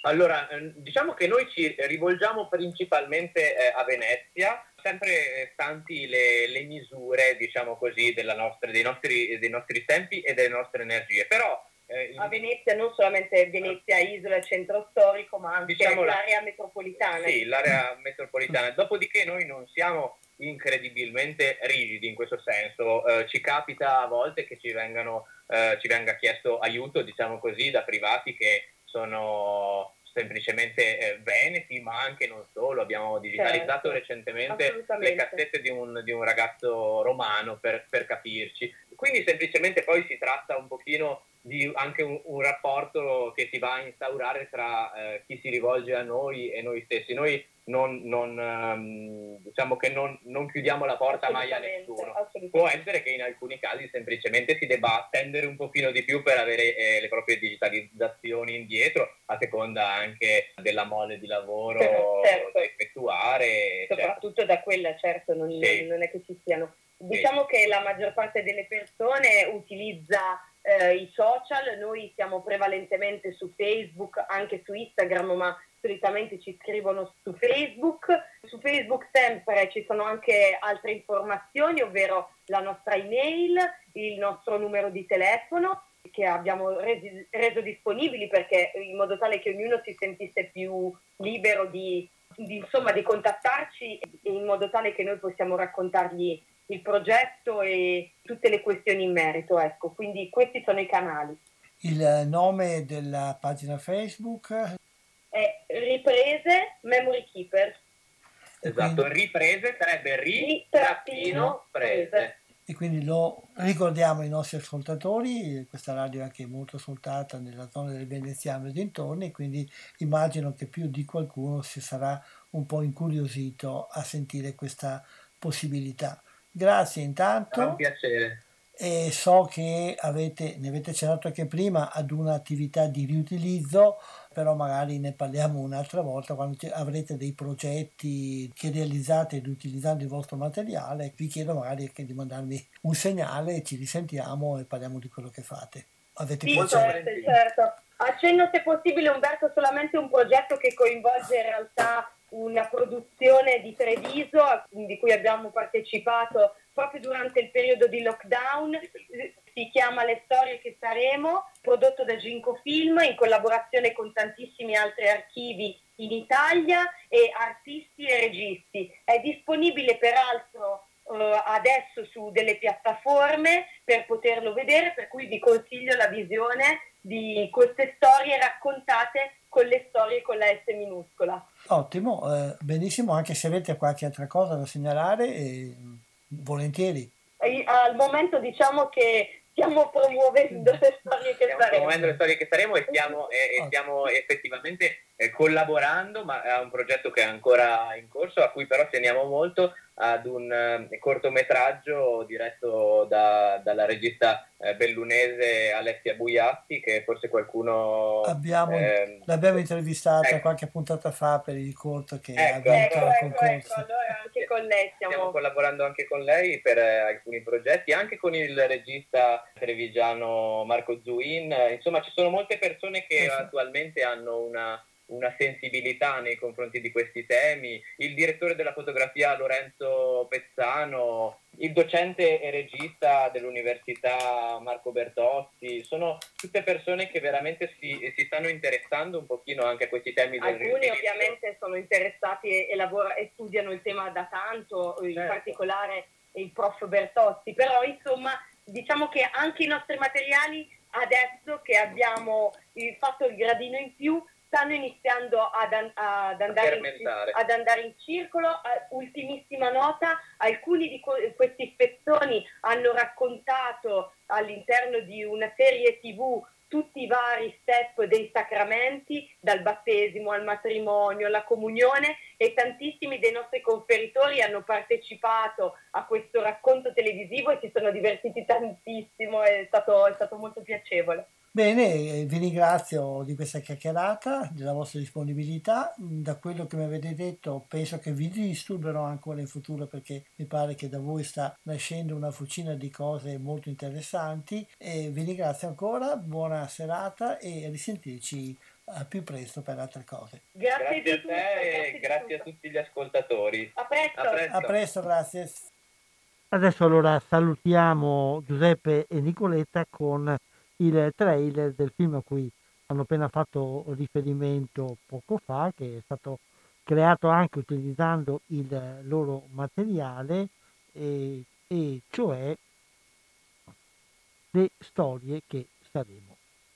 Allora, diciamo che noi ci rivolgiamo principalmente eh, a Venezia, sempre stanti le, le misure, diciamo così, della nostra, dei, nostri, dei nostri tempi e delle nostre energie. Però eh,
a Venezia, non solamente Venezia, Isola, centro storico, ma anche
diciamo
l'area la, metropolitana.
Sì, l'area metropolitana. Dopodiché noi non siamo incredibilmente rigidi in questo senso. Eh, ci capita a volte che ci, vengano, eh, ci venga chiesto aiuto, diciamo così, da privati che sono semplicemente eh, veneti, ma anche non solo. Abbiamo digitalizzato certo, recentemente le cassette di un, di un ragazzo romano, per, per capirci. Quindi semplicemente poi si tratta un pochino di anche un, un rapporto che si va a instaurare tra eh, chi si rivolge a noi e noi stessi. Noi non, non um, diciamo che non, non chiudiamo la porta mai a nessuno. Può essere che in alcuni casi semplicemente si debba attendere un pochino di più per avere eh, le proprie digitalizzazioni indietro, a seconda anche della mole di lavoro certo, da effettuare.
Soprattutto certo. Da quella, certo, non, sì. non è che ci siano. Diciamo sì. Che la maggior parte delle persone utilizza eh, i social, noi siamo prevalentemente su Facebook, anche su Instagram, ma solitamente ci scrivono su Facebook. Su Facebook sempre ci sono anche altre informazioni, ovvero la nostra email, il nostro numero di telefono che abbiamo resi, reso disponibili perché in modo tale che ognuno si sentisse più libero di, di, insomma, di contattarci, in modo tale che noi possiamo raccontargli il progetto e tutte le questioni in merito. Ecco, quindi questi sono i canali.
Il nome della pagina Facebook
è Riprese Memory Keeper.
Esatto, quindi, riprese sarebbe ri trattino prese.
E quindi lo ricordiamo ai nostri ascoltatori, questa radio è anche molto ascoltata nella zona del Veneziano e dintorni, quindi immagino che più di qualcuno si sarà un po' incuriosito a sentire questa possibilità. Grazie intanto.
È un piacere.
E so che avete, ne avete accennato anche prima, ad un'attività di riutilizzo, però magari ne parliamo un'altra volta quando avrete dei progetti che realizzate utilizzando il vostro materiale. Vi chiedo magari anche di mandarmi un segnale, ci risentiamo e parliamo di quello che fate. Avete
sì, certo, certo. Accenno se possibile, Umberto, solamente un progetto che coinvolge in realtà una produzione di Treviso di cui abbiamo partecipato proprio durante il periodo di lockdown. Si chiama Le storie che saremo, prodotto da Ginco Film in collaborazione con tantissimi altri archivi in Italia e artisti e registi. È disponibile peraltro eh, adesso su delle piattaforme per poterlo vedere, per cui vi consiglio la visione di queste storie raccontate con le storie con la S minuscola.
Ottimo, eh, benissimo, anche se avete qualche altra cosa da segnalare, eh, volentieri.
E, al momento diciamo che stiamo promuovendo le storie che
stiamo
saremo.
promuovendo le storie che saremo e stiamo, e, e stiamo effettivamente eh, collaborando, ma è un progetto che è ancora in corso, a cui però teniamo molto, ad un eh, cortometraggio diretto da, dalla regista eh, bellunese Alessia Buiatti, che forse qualcuno...
Abbiamo, eh, l'abbiamo intervistata ecco. qualche puntata fa per il corto che
ecco,
ha vinto
ecco,
il
ecco,
concorso.
Ecco, allora anche con lei stiamo...
stiamo collaborando anche con lei per eh, alcuni progetti, anche con il regista trevigiano Marco Zuin. Insomma, ci sono molte persone che eh sì. attualmente hanno una... una sensibilità nei confronti di questi temi, il direttore della fotografia Lorenzo Pezzano, il docente e regista dell'università Marco Bertozzi, sono tutte persone che veramente si, si stanno interessando un pochino anche a questi temi. Del
Alcuni
riutilizzo.
Ovviamente sono interessati e, e, lavora, e studiano il tema da tanto, in certo. particolare il prof Bertozzi, però insomma diciamo che anche i nostri materiali adesso che abbiamo fatto il gradino in più stanno iniziando ad, an- ad, andare, in, ad andare in circolo. Uh, ultimissima nota, alcuni di co- questi spezzoni hanno raccontato all'interno di una serie tivù tutti i vari step dei sacramenti, dal battesimo al matrimonio, alla comunione, e tantissimi dei nostri conferitori hanno partecipato a questo racconto televisivo e si sono divertiti tantissimo, è stato, è stato molto piacevole.
Bene, vi ringrazio di questa chiacchierata, della vostra disponibilità. Da quello che mi avete detto penso che vi disturberò ancora in futuro, perché mi pare che da voi sta nascendo una fucina di cose molto interessanti, e vi ringrazio ancora, buona serata e a risentirci a più presto per altre cose.
Grazie, grazie a te e grazie a tutti gli ascoltatori.
A presto.
A presto,
a presto, grazie. Adesso allora salutiamo Giuseppe e Nicoletta con il trailer del film a cui hanno appena fatto riferimento poco fa, che è stato creato anche utilizzando il loro materiale, e, e cioè Le storie che saremo.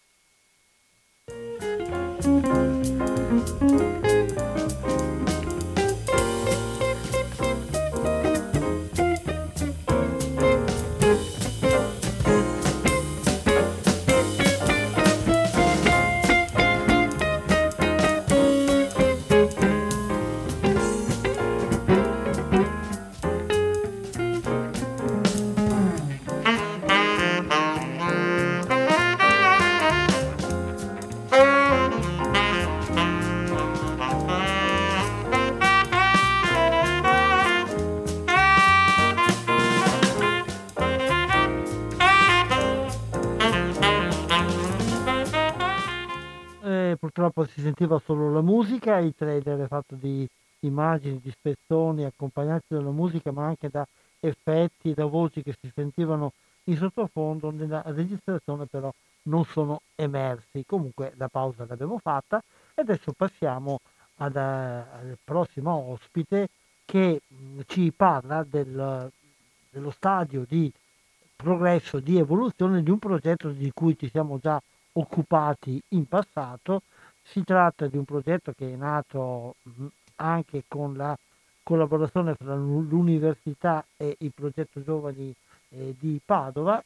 Purtroppo si sentiva solo la musica, il trailer è fatto di immagini, di spezzoni accompagnati dalla musica, ma anche da effetti, da voci che si sentivano in sottofondo. Nella registrazione però non sono emersi. Comunque la pausa l'abbiamo fatta e adesso passiamo ad, al prossimo ospite che mh, ci parla del, dello stadio di progresso, di evoluzione di un progetto di cui ci siamo già occupati in passato. Si tratta di un progetto che è nato anche con la collaborazione tra l'università e il progetto Giovani eh, di Padova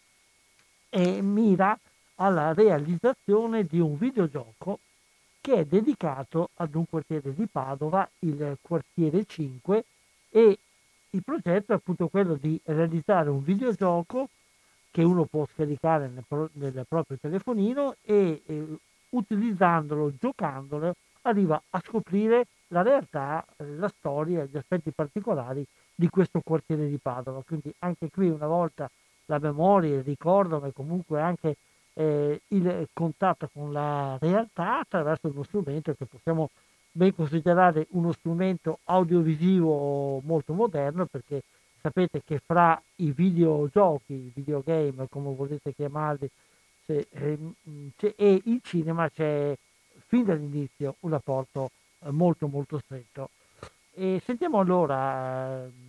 e mira alla realizzazione di un videogioco che è dedicato ad un quartiere di Padova, il quartiere cinque, e il progetto è appunto quello di realizzare un videogioco che uno può scaricare nel, pro- nel proprio telefonino e eh, utilizzandolo, giocandolo, arriva a scoprire la realtà, la storia, gli aspetti particolari di questo quartiere di Padova. Quindi anche qui una volta la memoria, il ricordo, ma comunque anche eh, il contatto con la realtà attraverso uno strumento che possiamo ben considerare uno strumento audiovisivo molto moderno, perché sapete che fra i videogiochi, i videogame, come volete chiamarli, se, ehm, c'è, e il cinema c'è fin dall'inizio un rapporto eh, molto molto stretto. E sentiamo allora eh,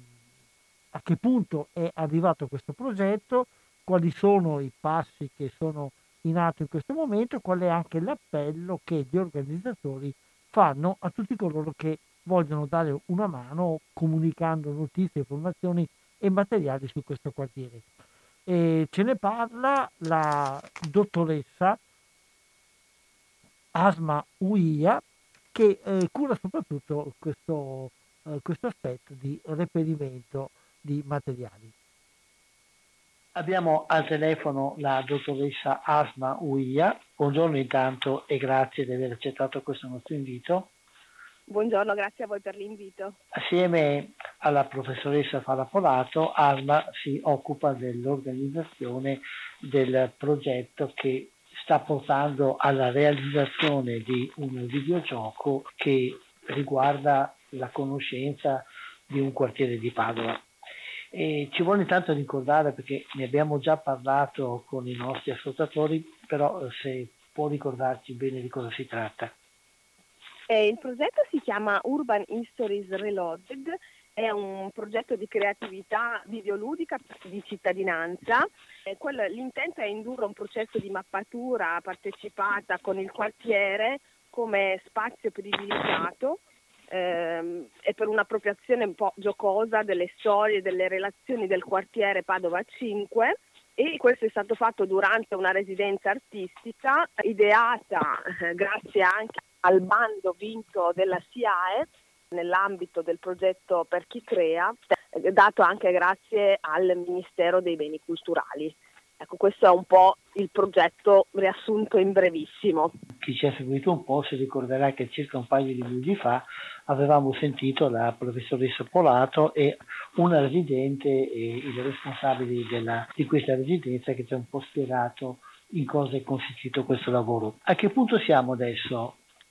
a che punto è arrivato questo progetto, quali sono i passi che sono in atto in questo momento, qual è anche l'appello che gli organizzatori fanno a tutti coloro che vogliono dare una mano comunicando notizie, informazioni e materiali su questo quartiere. E ce ne parla la dottoressa Asma Uia, che eh, cura soprattutto questo, eh, questo aspetto di reperimento di materiali.
Abbiamo al telefono la dottoressa Asma Uia. Buongiorno intanto e grazie di aver accettato questo nostro invito.
Buongiorno, grazie a voi per l'invito.
Assieme alla professoressa Farapolato, Asma si occupa dell'organizzazione del progetto che sta portando alla realizzazione di un videogioco che riguarda la conoscenza di un quartiere di Padova. E ci vuole intanto ricordare, perché ne abbiamo già parlato con i nostri ascoltatori, però se può ricordarci bene di cosa si tratta.
Eh, il progetto si chiama Urban Histories Reloaded, è un progetto di creatività videoludica di cittadinanza. Eh, quello, l'intento è indurre un processo di mappatura partecipata con il quartiere come spazio privilegiato ehm, e per un'appropriazione un po' giocosa delle storie e delle relazioni del quartiere Padova cinque. E questo è stato fatto durante una residenza artistica ideata eh, grazie anche al bando vinto della S I A E nell'ambito del progetto Per chi crea, dato anche grazie al Ministero dei Beni Culturali. Ecco, questo è un po' il progetto riassunto in brevissimo.
Chi ci ha seguito un po' si ricorderà che circa un paio di minuti fa avevamo sentito la professoressa Polato e una residente e i responsabili della, di questa residenza che ci ha un po' spiegato in cosa è consistito questo lavoro. A che punto siamo adesso,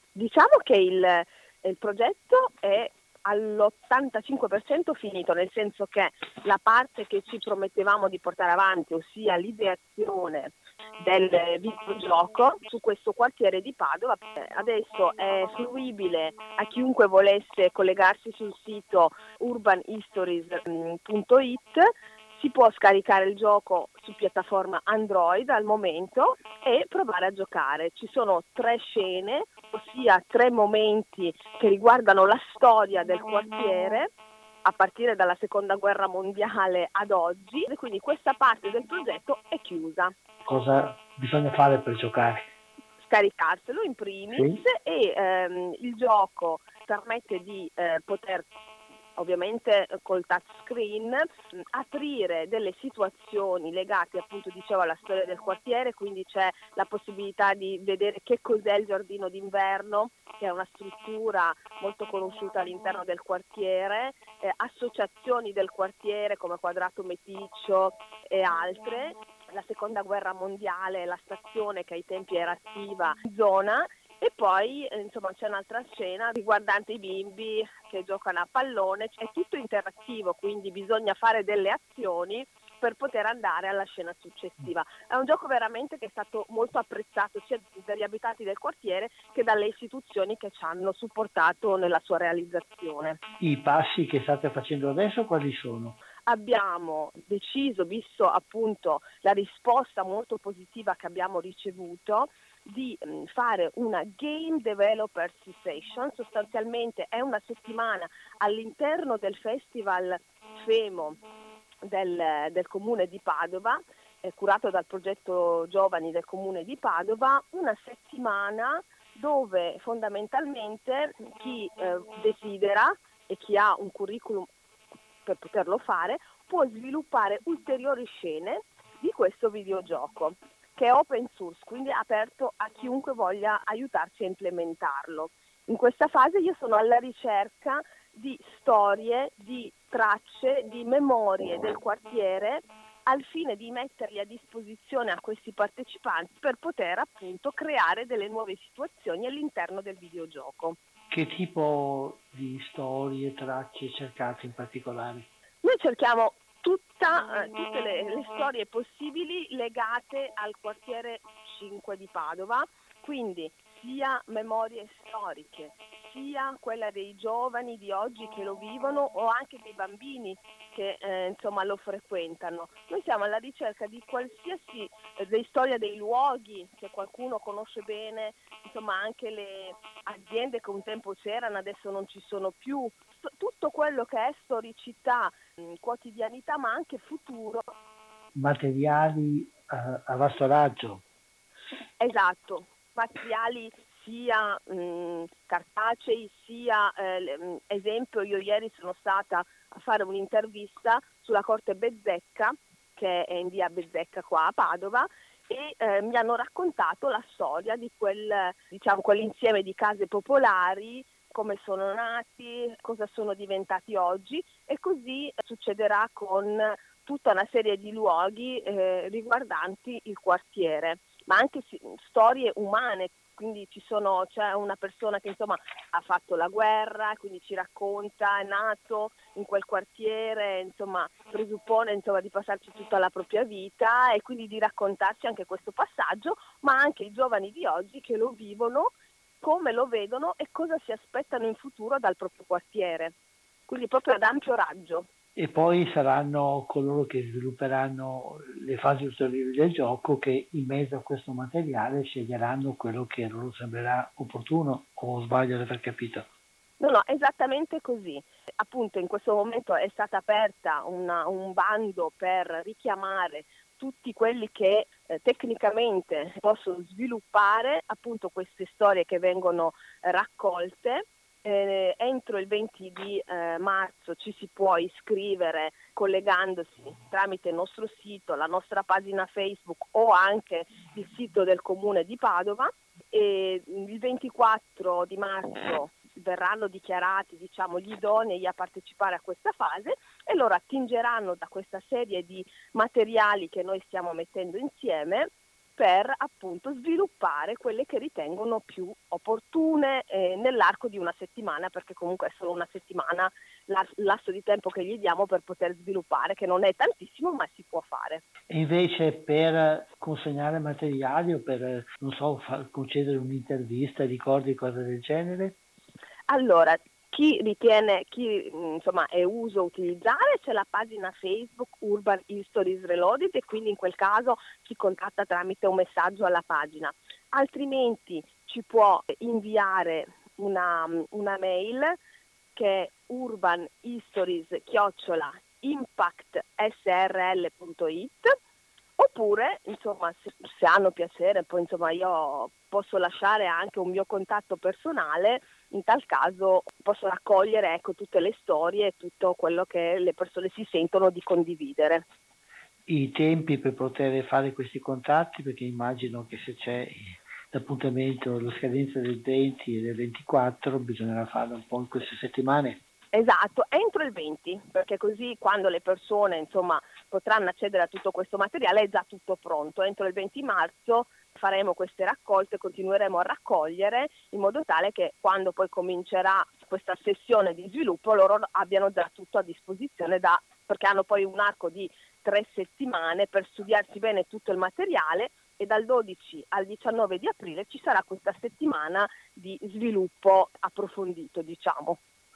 Diciamo che il, il progetto è all'ottantacinque per cento finito, nel senso che la parte che ci promettevamo di portare avanti, ossia l'ideazione del videogioco su questo quartiere di Padova, adesso è fruibile a chiunque volesse collegarsi sul sito urban histories punto it. Si può scaricare il gioco su piattaforma Android al momento e provare a giocare. Ci sono tre scene, ossia tre momenti che riguardano la storia del quartiere a partire dalla seconda guerra mondiale ad oggi, e quindi questa parte del progetto è chiusa.
Cosa bisogna fare per giocare?
Scaricarselo in primis, sì. e ehm, il gioco permette di eh, poter, ovviamente col touchscreen, aprire delle situazioni legate, appunto dicevo, alla storia del quartiere, quindi c'è la possibilità di vedere che cos'è il giardino d'inverno, che è una struttura molto conosciuta all'interno del quartiere, eh, associazioni del quartiere come Quadrato Meticcio e altre, la seconda guerra mondiale, la stazione che ai tempi era attiva in zona. E poi insomma c'è un'altra scena riguardante i bimbi che giocano a pallone, è tutto interattivo, quindi bisogna fare delle azioni per poter andare alla scena successiva. È un gioco veramente che è stato molto apprezzato sia dagli abitanti del quartiere che dalle istituzioni che ci hanno supportato nella sua realizzazione.
I passi che state facendo adesso quali sono?
Abbiamo deciso, visto appunto la risposta molto positiva che abbiamo ricevuto, di fare una Game Developers Session. Sostanzialmente è una settimana all'interno del Festival FEMO del, del Comune di Padova, eh, curato dal progetto Giovani del Comune di Padova, una settimana dove fondamentalmente chi eh, desidera e chi ha un curriculum per poterlo fare può sviluppare ulteriori scene di questo videogioco, che è open source, quindi è aperto a chiunque voglia aiutarci a implementarlo. In questa fase io sono alla ricerca di storie, di tracce, di memorie del quartiere, al fine di metterli a disposizione a questi partecipanti per poter appunto creare delle nuove situazioni all'interno del videogioco.
Che tipo di storie, tracce cercate in particolare?
Noi cerchiamo tutta, eh, tutte le, le storie possibili legate al quartiere cinque di Padova, quindi sia memorie storiche, sia quella dei giovani di oggi che lo vivono o anche dei bambini che eh, insomma lo frequentano. Noi siamo alla ricerca di qualsiasi eh, di storia dei luoghi che qualcuno conosce bene, insomma anche le aziende che un tempo c'erano adesso non ci sono più, tutto quello che è storicità, mh, quotidianità ma anche futuro.
Materiali uh, a vasto raggio.
Esatto, materiali sia mh, cartacei sia, eh, esempio, io ieri sono stata a fare un'intervista sulla Corte Bezzecca, che è in via Bezzecca qua a Padova, e eh, mi hanno raccontato la storia di quel, diciamo, quell'insieme di case popolari, come sono nati, cosa sono diventati oggi, e così succederà con tutta una serie di luoghi eh, riguardanti il quartiere, ma anche sì, storie umane. Quindi ci sono, c'è una persona che insomma ha fatto la guerra, quindi ci racconta, è nato in quel quartiere, insomma presuppone insomma di passarci tutta la propria vita e quindi di raccontarci anche questo passaggio, ma anche i giovani di oggi che lo vivono, come lo vedono e cosa si aspettano in futuro dal proprio quartiere. Quindi proprio ad ampio raggio.
E poi saranno coloro che svilupperanno le fasi ulteriori del gioco che in mezzo a questo materiale sceglieranno quello che loro sembrerà opportuno, o sbaglio di aver capito?
No, no, esattamente così. Appunto in questo momento è stata aperta una, un bando per richiamare tutti quelli che eh, tecnicamente possono sviluppare appunto queste storie che vengono eh, raccolte. Eh, entro il venti di eh, marzo ci si può iscrivere collegandosi tramite il nostro sito, la nostra pagina Facebook o anche il sito del Comune di Padova, e il ventiquattro di marzo verranno dichiarati, diciamo, gli idonei a partecipare a questa fase e loro attingeranno da questa serie di materiali che noi stiamo mettendo insieme per appunto sviluppare quelle che ritengono più opportune eh, nell'arco di una settimana, perché comunque è solo una settimana la- lasso di tempo che gli diamo per poter sviluppare, che non è tantissimo ma si può fare.
E invece per consegnare materiali o per, non so, far concedere un'intervista, ricordi, cose del genere?
Allora, chi ritiene, chi mh, insomma è uso utilizzare, c'è la pagina Facebook Urban Histories Reloaded e quindi in quel caso ci contatta tramite un messaggio alla pagina. Altrimenti ci può inviare una, una mail che è urbanhistories chiocciola impactsrl punto it. Oppure, insomma, se, se hanno piacere, poi insomma io posso lasciare anche un mio contatto personale, in tal caso posso raccogliere ecco, tutte le storie e tutto quello che le persone si sentono di condividere.
I tempi per poter fare questi contatti, perché immagino che se c'è l'appuntamento, la scadenza del venti e del ventiquattro, bisognerà farlo un po' in queste settimane.
Esatto, entro il venti, perché così quando le persone insomma potranno accedere a tutto questo materiale è già tutto pronto. Entro il venti marzo faremo queste raccolte, continueremo a raccogliere in modo tale che quando poi comincerà questa sessione di sviluppo loro abbiano già tutto a disposizione, da, perché hanno poi un arco di tre settimane per studiarsi bene tutto il materiale e dal dodici al diciannove di aprile ci sarà questa settimana di sviluppo approfondito, diciamo.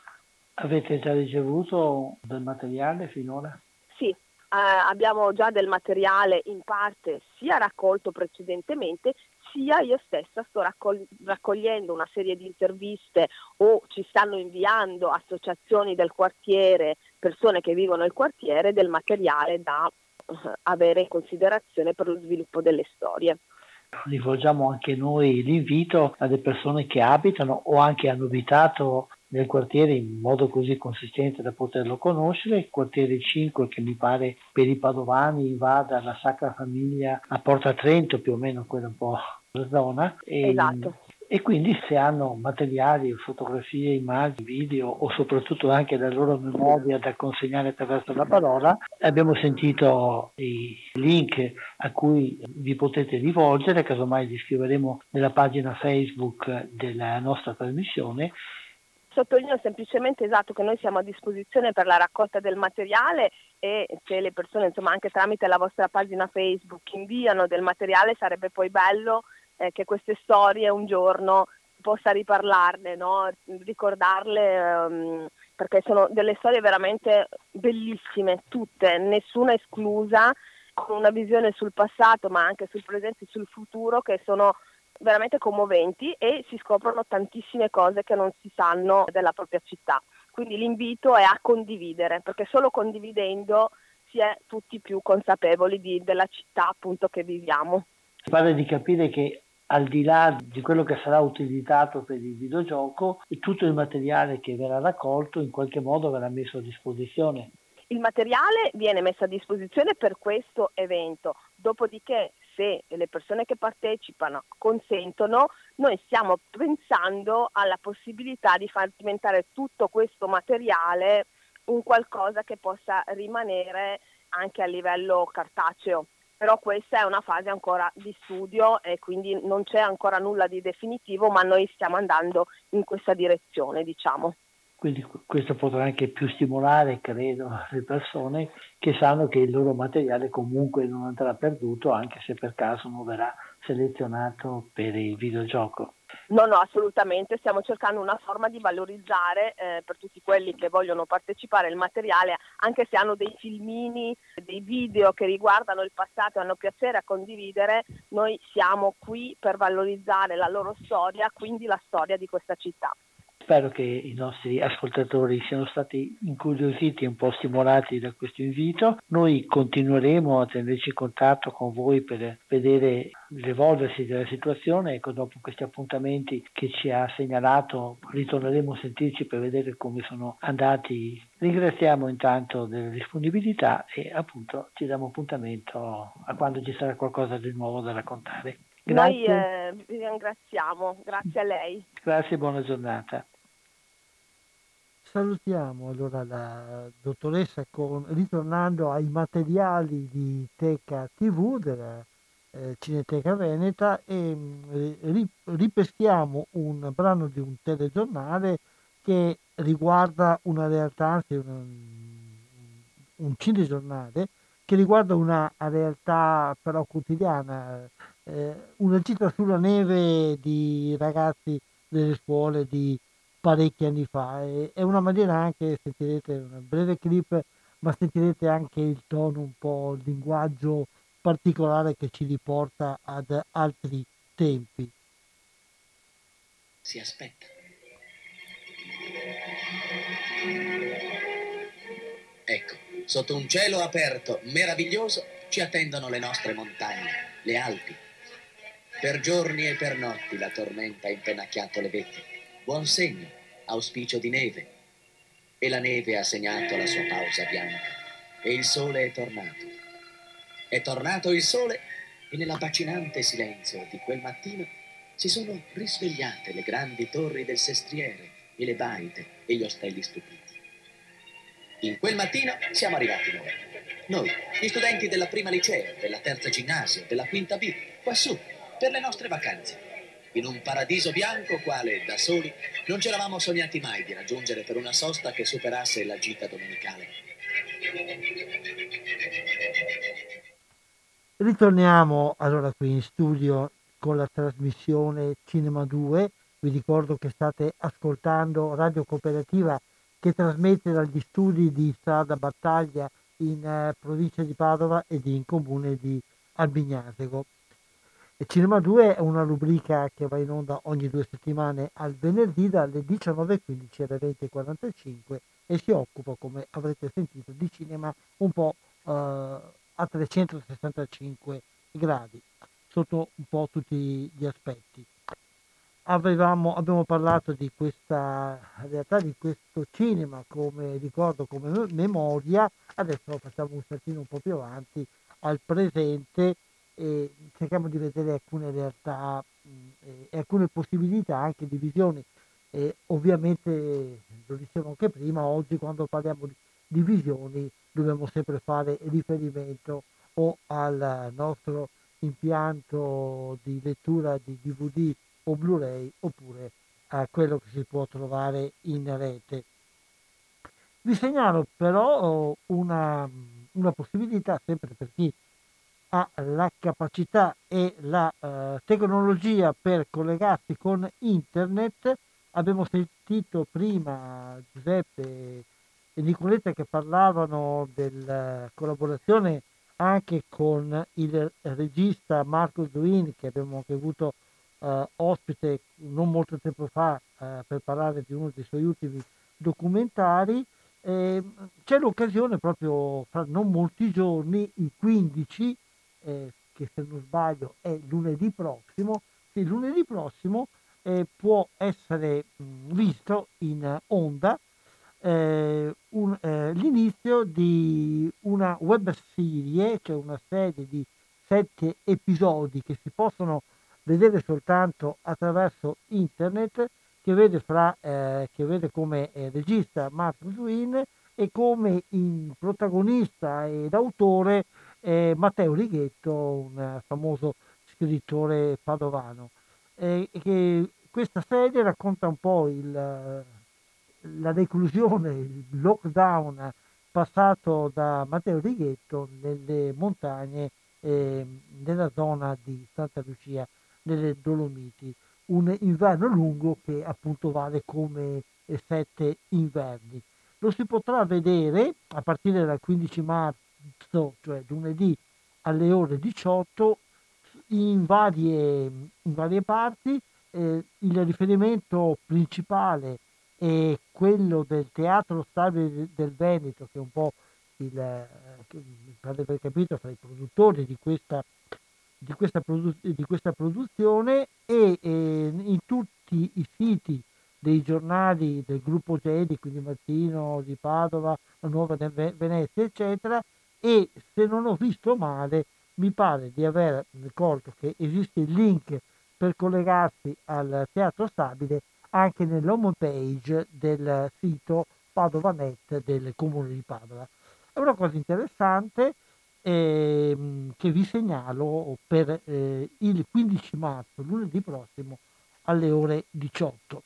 Avete già ricevuto del materiale finora?
Sì, eh, abbiamo già del materiale in parte sia raccolto precedentemente, sia io stessa sto raccol- raccogliendo una serie di interviste o ci stanno inviando associazioni del quartiere, persone che vivono nel quartiere, del materiale da eh, avere in considerazione per lo sviluppo delle storie.
Rivolgiamo anche noi l'invito alle persone che abitano o anche hanno abitato nel quartiere in modo così consistente da poterlo conoscere. Il quartiere cinque, che mi pare per i padovani va dalla Sacra Famiglia a Porta Trento, più o meno quella un po' la zona. E,
Esatto.
e quindi se hanno materiali, fotografie, immagini, video o soprattutto anche la loro memoria da consegnare attraverso la parola, abbiamo sentito i link a cui vi potete rivolgere, casomai li scriveremo nella pagina Facebook della nostra trasmissione.
Sottolineo semplicemente esatto che noi siamo a disposizione per la raccolta del materiale e se le persone insomma anche tramite la vostra pagina Facebook inviano del materiale sarebbe poi bello eh, che queste storie un giorno possa riparlarne, no? Ricordarle um, perché sono delle storie veramente bellissime, tutte, nessuna esclusa, con una visione sul passato ma anche sul presente e sul futuro che sono veramente commoventi e si scoprono tantissime cose che non si sanno della propria città. Quindi l'invito è a condividere, perché solo condividendo si è tutti più consapevoli di, della città appunto che viviamo.
Mi pare di capire che al di là di quello che sarà utilizzato per il videogioco, tutto il materiale che verrà raccolto in qualche modo verrà messo a disposizione.
Il materiale viene messo a disposizione per questo evento, dopodiché se le persone che partecipano consentono, noi stiamo pensando alla possibilità di far diventare tutto questo materiale un qualcosa che possa rimanere anche a livello cartaceo. Però questa è una fase ancora di studio e quindi non c'è ancora nulla di definitivo, ma noi stiamo andando in questa direzione, diciamo.
Quindi questo potrà anche più stimolare, credo, le persone che sanno che il loro materiale comunque non andrà perduto, anche se per caso non verrà selezionato per il videogioco.
No, no, assolutamente, stiamo cercando una forma di valorizzare eh, per tutti quelli che vogliono partecipare il materiale, anche se hanno dei filmini, dei video che riguardano il passato e hanno piacere a condividere, noi siamo qui per valorizzare la loro storia, quindi la storia di questa città.
Spero che i nostri ascoltatori siano stati incuriositi e un po' stimolati da questo invito. Noi continueremo a tenerci in contatto con voi per vedere l'evolversi della situazione. Ecco, dopo questi appuntamenti che ci ha segnalato ritorneremo a sentirci per vedere come sono andati. Ringraziamo intanto della disponibilità e appunto ci diamo appuntamento a quando ci sarà qualcosa di nuovo da raccontare. Grazie.
Noi eh, vi ringraziamo, grazie a lei.
Grazie e buona giornata.
Salutiamo allora la dottoressa con, ritornando ai materiali di Teca tivù della eh, Cineteca Veneta e ri- ripeschiamo un brano di un telegiornale che riguarda una realtà, anzi un, un cinegiornale che riguarda una realtà però quotidiana, eh, una gita sulla neve di ragazzi delle scuole di parecchi anni fa. E, è una maniera anche, sentirete una breve clip, ma sentirete anche il tono un po', il linguaggio particolare che ci riporta ad altri tempi.
Si aspetta. Ecco, sotto un cielo aperto, meraviglioso, ci attendono le nostre montagne, le Alpi. Per giorni e per notti la tormenta ha impennacchiato le vette. Buon segno, auspicio di neve. E la neve ha segnato la sua pausa bianca. E il sole è tornato. È tornato il sole e nell'abbacinante silenzio di quel mattino si sono risvegliate le grandi torri del Sestriere e le baite e gli ostelli stupiti. In quel mattino siamo arrivati noi. Noi, gli studenti della prima liceo, della terza ginnasio, della quinta B, quassù, per le nostre vacanze. In un paradiso bianco quale, da soli, non ci eravamo sognati mai di raggiungere per una sosta che superasse la gita domenicale.
Ritorniamo allora qui in studio con la trasmissione Cinema due. Vi ricordo che state ascoltando Radio Cooperativa che trasmette dagli studi di Strada Battaglia in eh, provincia di Padova ed in comune di Albignasego. E Cinema due è una rubrica che va in onda ogni due settimane al venerdì dalle diciannove e quindici alle venti e quarantacinque e si occupa, come avrete sentito, di cinema un po' eh, a trecentosessantacinque gradi, sotto un po' tutti gli aspetti. Avevamo, abbiamo parlato di questa realtà, di questo cinema, come ricordo, come memoria. Adesso facciamo un saltino un po' più avanti al presente e cerchiamo di vedere alcune realtà mh, e alcune possibilità anche di visioni. E ovviamente, lo dicevo anche prima, oggi quando parliamo di, di visioni dobbiamo sempre fare riferimento o al nostro impianto di lettura di D V D o Blu-ray oppure a quello che si può trovare in rete. Vi segnalo però una, una possibilità, sempre per chi ha la capacità e la eh, tecnologia per collegarsi con internet. Abbiamo sentito prima Giuseppe e Nicoletta che parlavano della collaborazione anche con il regista Marco Zuin, che abbiamo anche avuto eh, ospite non molto tempo fa eh, per parlare di uno dei suoi ultimi documentari. Eh, c'è l'occasione proprio fra non molti giorni, il quindici, eh, che se non sbaglio è lunedì prossimo, sì, lunedì prossimo eh, può essere mh, visto in onda eh, un, eh, l'inizio di una web serie, cioè una serie di sette episodi che si possono vedere soltanto attraverso internet, che vede, fra, eh, che vede come eh, regista Mark Zwin e come in protagonista ed autore eh, Matteo Righetto, un eh, famoso scrittore padovano. Eh, che questa serie racconta un po' il, la reclusione, il lockdown passato da Matteo Righetto nelle montagne eh, nella zona di Santa Lucia, nelle Dolomiti. Un inverno lungo che appunto vale come sette inverni. Lo si potrà vedere a partire dal quindici marzo, cioè lunedì alle ore diciotto, in varie, in varie parti. Eh, il riferimento principale è quello del Teatro Stabile del Veneto, che è un po' il, eh, mi pare di aver capito, fra i produttori di questa di questa, produ- di questa produzione, e eh, in tutti i siti dei giornali del gruppo Gedi, quindi Mattino di Padova, la Nuova Venezia, eccetera, e se non ho visto male mi pare di aver ricordato che esiste il link per collegarsi al Teatro Stabile anche nell'home page del sito Padova punto net del Comune di Padova. È una cosa interessante. ehm, che vi segnalo per eh, il quindici marzo, lunedì prossimo, alle ore diciotto.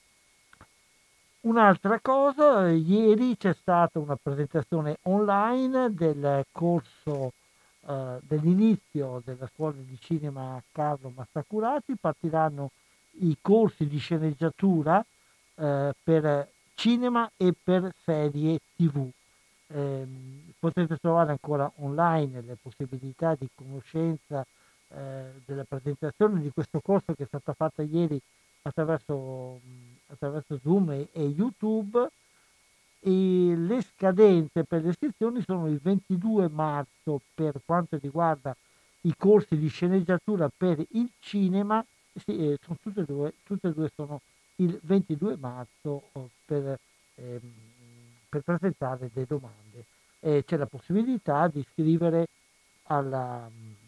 Un'altra cosa, ieri c'è stata una presentazione online del corso eh, dell'inizio della scuola di cinema Carlo Massacurati. Partiranno i corsi di sceneggiatura eh, per cinema e per serie tivù. Eh, potete trovare ancora online le possibilità di conoscenza eh, della presentazione di questo corso che è stata fatta ieri attraverso, attraverso Zoom e, e YouTube, e le scadenze per le iscrizioni sono il ventidue marzo per quanto riguarda i corsi di sceneggiatura per il cinema. Sì, eh, sono tutte e due, tutte e due sono il ventidue marzo oh, per, ehm, per presentare le domande. Eh, c'è la possibilità di scrivere alla,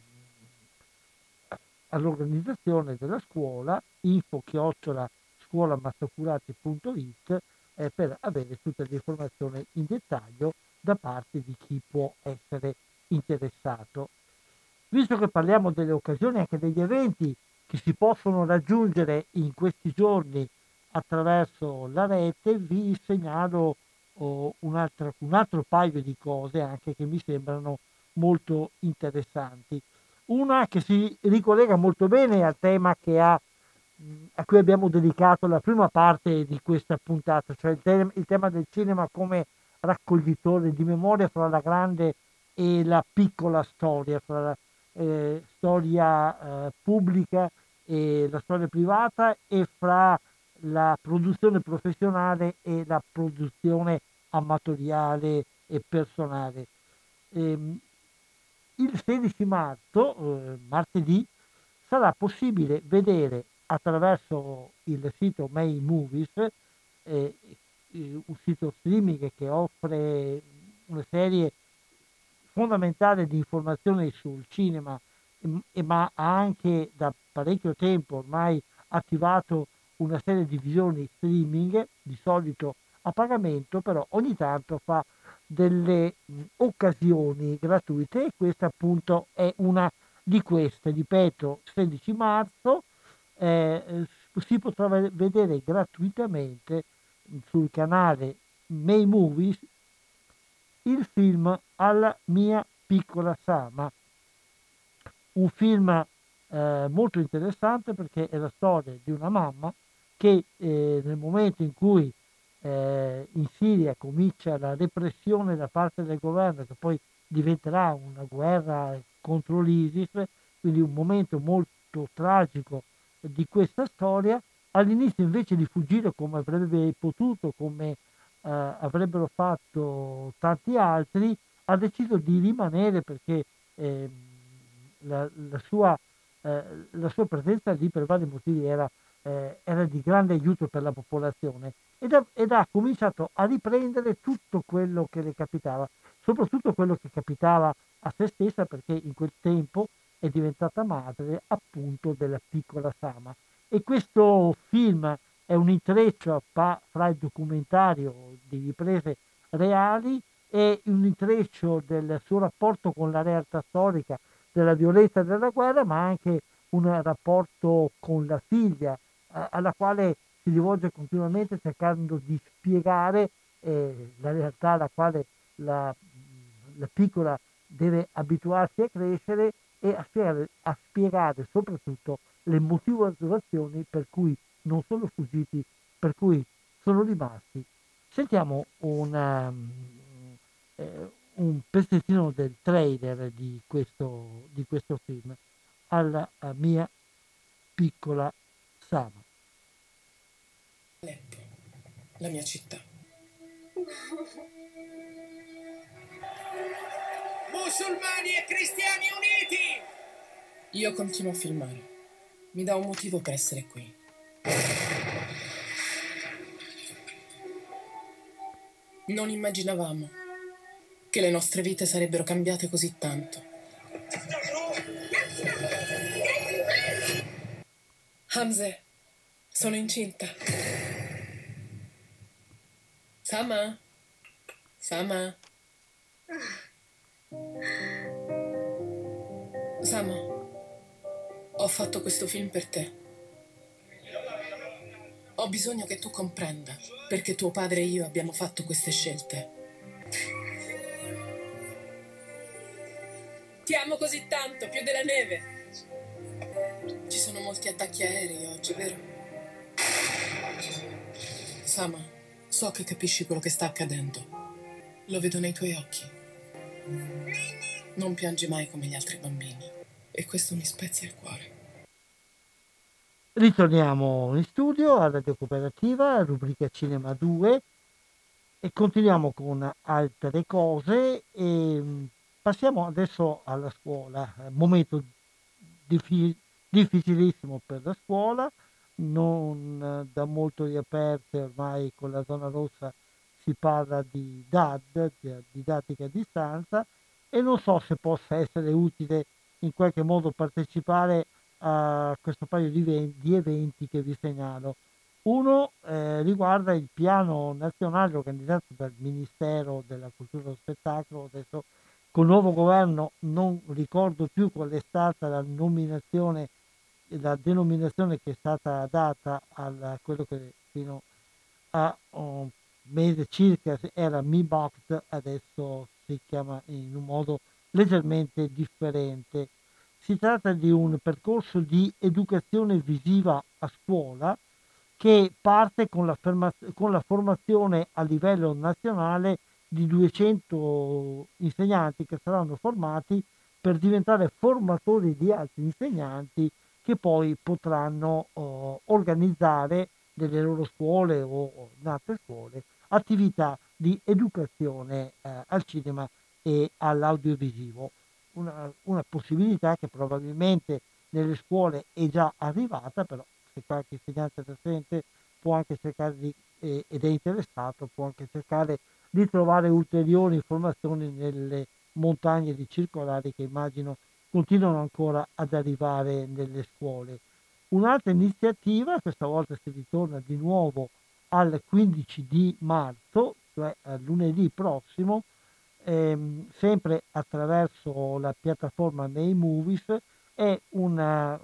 all'organizzazione della scuola info chiocciola scuolamassacurati.it eh, per avere tutte le informazioni in dettaglio da parte di chi può essere interessato. Visto che parliamo delle occasioni, anche degli eventi che si possono raggiungere in questi giorni attraverso la rete, vi segnalo oh, un, altro, un altro paio di cose anche che mi sembrano molto interessanti. Una che si ricollega molto bene al tema che ha, a cui abbiamo dedicato la prima parte di questa puntata, cioè il, te- il tema del cinema come raccoglitore di memoria fra la grande e la piccola storia, fra la eh, storia eh, pubblica e la storia privata, e fra la produzione professionale e la produzione amatoriale e personale. Ehm, il sedici marzo, eh, martedì, sarà possibile vedere attraverso il sito May Movies, eh, un sito streaming che offre una serie fondamentale di informazioni sul cinema, e, ma ha anche da parecchio tempo ormai attivato una serie di visioni streaming, di solito a pagamento, però ogni tanto fa delle mh, occasioni gratuite, e questa appunto è una di queste. Ripeto, sedici marzo eh, si potrà vedere gratuitamente sul canale May Movies il film Alla mia piccola Sama, un film eh, molto interessante perché è la storia di una mamma che eh, nel momento in cui eh, in Siria comincia la repressione da parte del governo, che poi diventerà una guerra contro l'ISIS, quindi un momento molto tragico di questa storia, all'inizio invece di fuggire come avrebbe potuto, come eh, avrebbero fatto tanti altri, ha deciso di rimanere perché eh, la, la, sua, eh, la sua presenza lì per vari motivi era, eh, era di grande aiuto per la popolazione, ed ha, ed ha cominciato a riprendere tutto quello che le capitava, soprattutto quello che capitava a se stessa, perché in quel tempo è diventata madre appunto della piccola Sama. E questo film è un intreccio fra il documentario di riprese reali e un intreccio del suo rapporto con la realtà storica della violenza della guerra, ma anche un rapporto con la figlia, eh, alla quale si rivolge continuamente cercando di spiegare eh, la realtà alla quale la, la piccola deve abituarsi a crescere, e a spiegare, a spiegare soprattutto le motivazioni per cui non sono fuggiti, per cui sono rimasti. Sentiamo una, eh, un pezzettino del trailer di questo, di questo film, Alla mia piccola Sama.
Aleppo, la mia città. Musulmani e cristiani uniti! Io continuo a filmare. Mi dà un motivo per essere qui. Non immaginavamo che le nostre vite sarebbero cambiate così tanto. Hamze, sono incinta. Sama? Sama? Sama, ho fatto questo film per te. Ho bisogno che tu comprenda perché tuo padre e io abbiamo fatto queste scelte. Ti amo così tanto, più della neve. Ci sono molti attacchi aerei oggi, vero? Sama, so che capisci quello che sta accadendo. Lo vedo nei tuoi occhi. Non piangi mai come gli altri bambini. E questo mi spezza il cuore.
Ritorniamo in studio a Radio Cooperativa, rubrica Cinema due, e continuiamo con altre cose e passiamo adesso alla scuola. Momento diffi- difficilissimo per la scuola, non da molto riaperte, ormai con la zona rossa si parla di D A D, di didattica a distanza, e non so se possa essere utile in qualche modo partecipare a questo paio di, ven- di eventi che vi segnalo. Uno eh, riguarda il piano nazionale organizzato dal Ministero della Cultura e dello Spettacolo. Adesso col nuovo governo non ricordo più qual è stata la nominazione, la denominazione che è stata data a quello che fino a un mese circa era M I B A C T, adesso si chiama in un modo leggermente differente. Si tratta di un percorso di educazione visiva a scuola che parte con la, ferma- con la formazione a livello nazionale di duecento insegnanti che saranno formati per diventare formatori di altri insegnanti che poi potranno oh, organizzare nelle loro scuole o in altre scuole attività di educazione eh, al cinema e all'audiovisivo. Una, una possibilità che probabilmente nelle scuole è già arrivata, però se qualche insegnante docente può anche cercare di, eh, ed è interessato, può anche cercare di trovare ulteriori informazioni nelle montagne di circolari che immagino continuano ancora ad arrivare nelle scuole. Un'altra iniziativa, questa volta si ritorna di nuovo al quindici di marzo, cioè a lunedì prossimo, ehm, sempre attraverso la piattaforma May Movies, è un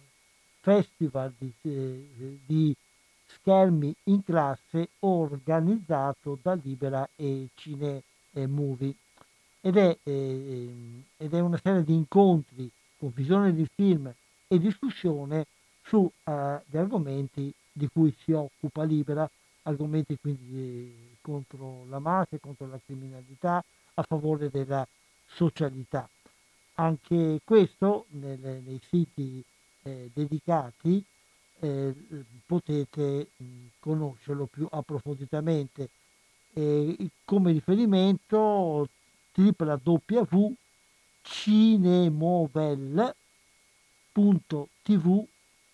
festival di, eh, di schermi in classe organizzato da Libera e Cine eh, Movie ed è, eh, ed è una serie di incontri con visione di film e discussione su eh, gli argomenti di cui si occupa Libera, argomenti quindi eh, contro la mafia, contro la criminalità, a favore della socialità. Anche questo nelle, nei siti eh, dedicati eh, potete mh, conoscerlo più approfonditamente. Eh, come riferimento w w w punto cinemovel punto t v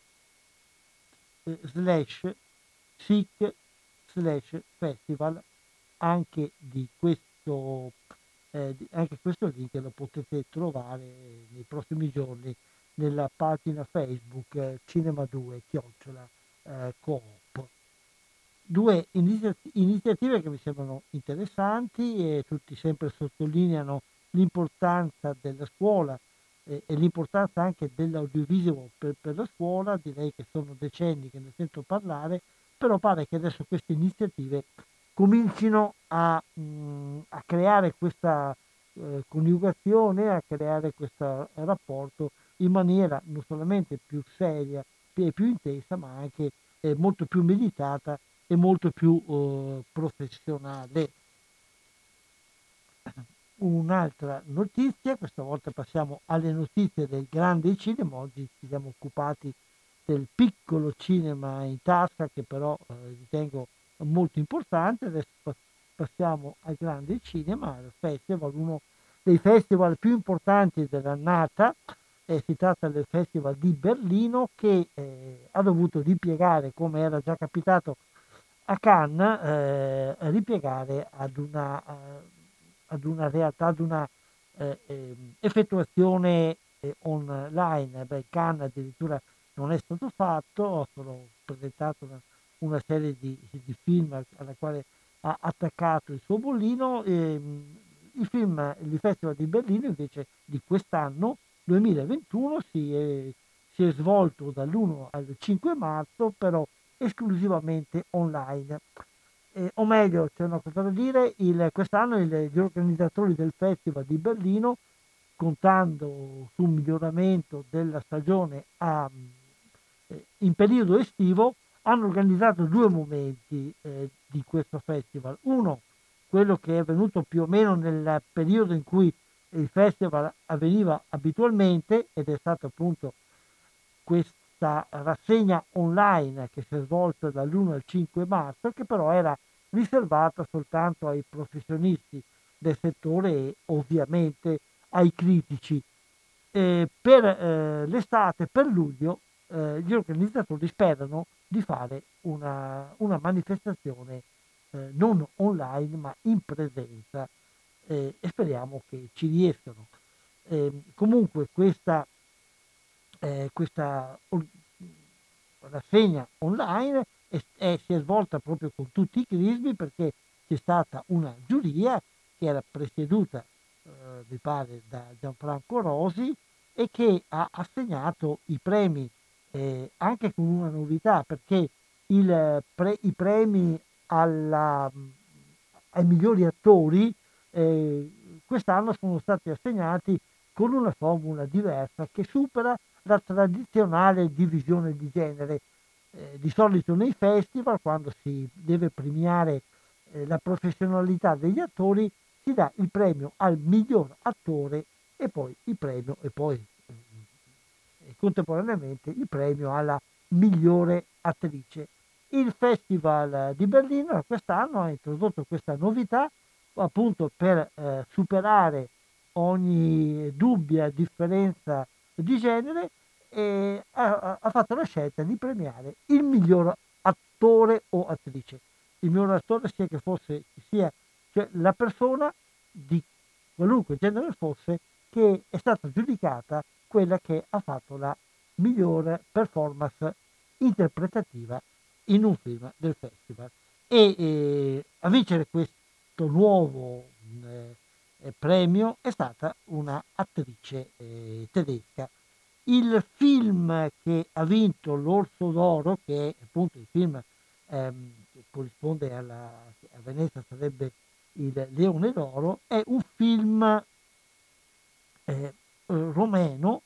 eh, slash sic slash festival. Anche di questo eh, anche questo link lo potete trovare nei prossimi giorni nella pagina Facebook eh, Cinema due chiocciola eh, Coop. Due inizi- iniziative che mi sembrano interessanti e tutti sempre sottolineano l'importanza della scuola eh, e l'importanza anche dell'audiovisivo per, per la scuola. Direi che sono decenni che ne sento parlare, però pare che adesso queste iniziative comincino a, mh, a creare questa eh, coniugazione, a creare questo rapporto in maniera non solamente più seria e più intensa, ma anche eh, molto più meditata e molto più eh, professionale. Un'altra notizia, questa volta passiamo alle notizie del grande cinema. Oggi ci siamo occupati del piccolo cinema in tasca, che però eh, ritengo molto importante. Adesso passiamo al grande cinema, al festival, uno dei festival più importanti dell'annata. Eh, si tratta del Festival di Berlino, che eh, ha dovuto ripiegare, come era già capitato a Cannes, eh, ripiegare ad una, eh, ad una realtà, ad una eh, eh, effettuazione eh, online. Beh, Cannes addirittura non è stato fatto, ha solo presentato una, una serie di, di film alla quale ha attaccato il suo bollino. E, il film, il Festival di Berlino invece di quest'anno, duemilaventuno, si è, si è svolto dall'primo al cinque marzo, però esclusivamente online. Eh, o meglio, c'è una cosa da dire, il, quest'anno il, gli organizzatori del Festival di Berlino, contando su un miglioramento della stagione a, eh, in periodo estivo, hanno organizzato due momenti eh, di questo festival. Uno, quello che è avvenuto più o meno nel periodo in cui il festival avveniva abitualmente, ed è stato appunto questa rassegna online che si è svolta dall'primo al cinque marzo, che però era riservata soltanto ai professionisti del settore e ovviamente ai critici. Eh, per eh, l'estate, per luglio, eh, gli organizzatori sperano di fare una, una manifestazione eh, non online ma in presenza, eh, e speriamo che ci riescano. Eh, comunque questa, eh, questa or- rassegna online è, è- si è svolta proprio con tutti i crismi, perché c'è stata una giuria che era presieduta, eh, mi pare, da Gianfranco Rosi, e che ha assegnato i premi, eh, anche con una novità, perché il pre- i premi alla, ai migliori attori eh, quest'anno sono stati assegnati con una formula diversa che supera la tradizionale divisione di genere. Eh, di solito nei festival, quando si deve premiare eh, la professionalità degli attori, si dà il premio al miglior attore e poi il premio e poi eh, contemporaneamente il premio alla migliore attrice. Il Festival di Berlino quest'anno ha introdotto questa novità appunto per eh, superare ogni dubbia differenza di genere, e ha, ha fatto la scelta di premiare il miglior attore o attrice. Il miglior attore sia che fosse sia cioè la persona di qualunque genere fosse che è stata giudicata quella che ha fatto la migliore performance interpretativa in un film del festival. E eh, a vincere questo nuovo eh, eh, premio è stata una attrice eh, tedesca. Il film che ha vinto l'Orso d'Oro, che è appunto il film ehm, che corrisponde alla, a Venezia sarebbe il Leone d'Oro, è un film eh, romeno,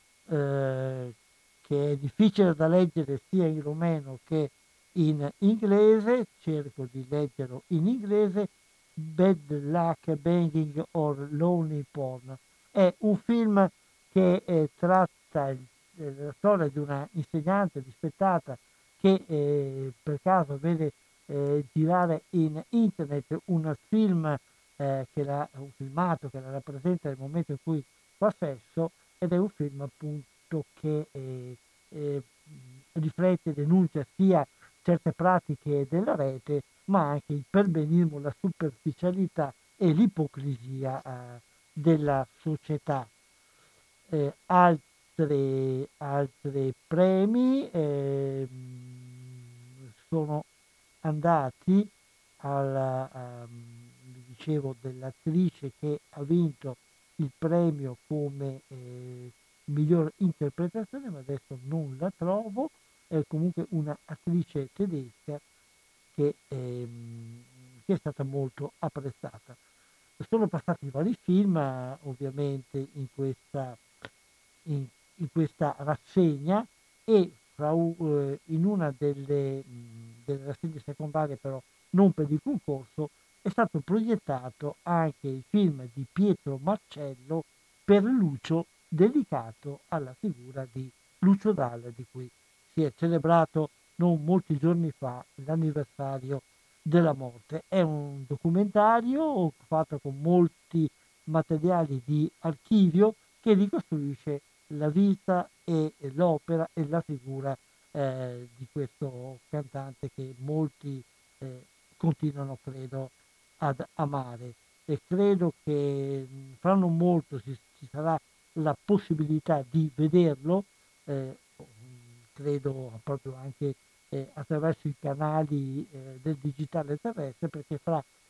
eh, che è difficile da leggere sia in romeno che in inglese. Cerco di leggerlo in inglese. Bad Luck Banging or Lonely Porn è un film che eh, tratta il, eh, la storia di una insegnante dispettata che eh, per caso vede eh, girare in internet un film eh, che la, un filmato che la rappresenta nel momento in cui fa sesso, ed è un film appunto che eh, eh, riflette e denuncia sia certe pratiche della rete, ma anche il perbenismo, la superficialità e l'ipocrisia eh, della società. Eh, altre, altri premi eh, sono andati alla, um, vi dicevo, dell'attrice che ha vinto il premio come eh, miglior interpretazione, ma adesso non la trovo. È comunque una attrice tedesca che, ehm, che è stata molto apprezzata. Sono passati vari film ovviamente in questa, in, in questa rassegna, e fra, uh, in una delle, mh, delle rassegne secondarie, però non per il concorso, è stato proiettato anche il film di Pietro Marcello per Lucio, dedicato alla figura di Lucio Dalla, di cui si è celebrato non molti giorni fa l'anniversario della morte. È un documentario fatto con molti materiali di archivio che ricostruisce la vita e l'opera e la figura eh, di questo cantante che molti eh, continuano, credo, ad amare, e credo che fra non molto ci, ci sarà la possibilità di vederlo, eh, credo proprio anche eh, attraverso i canali eh, del digitale terrestre, perché fra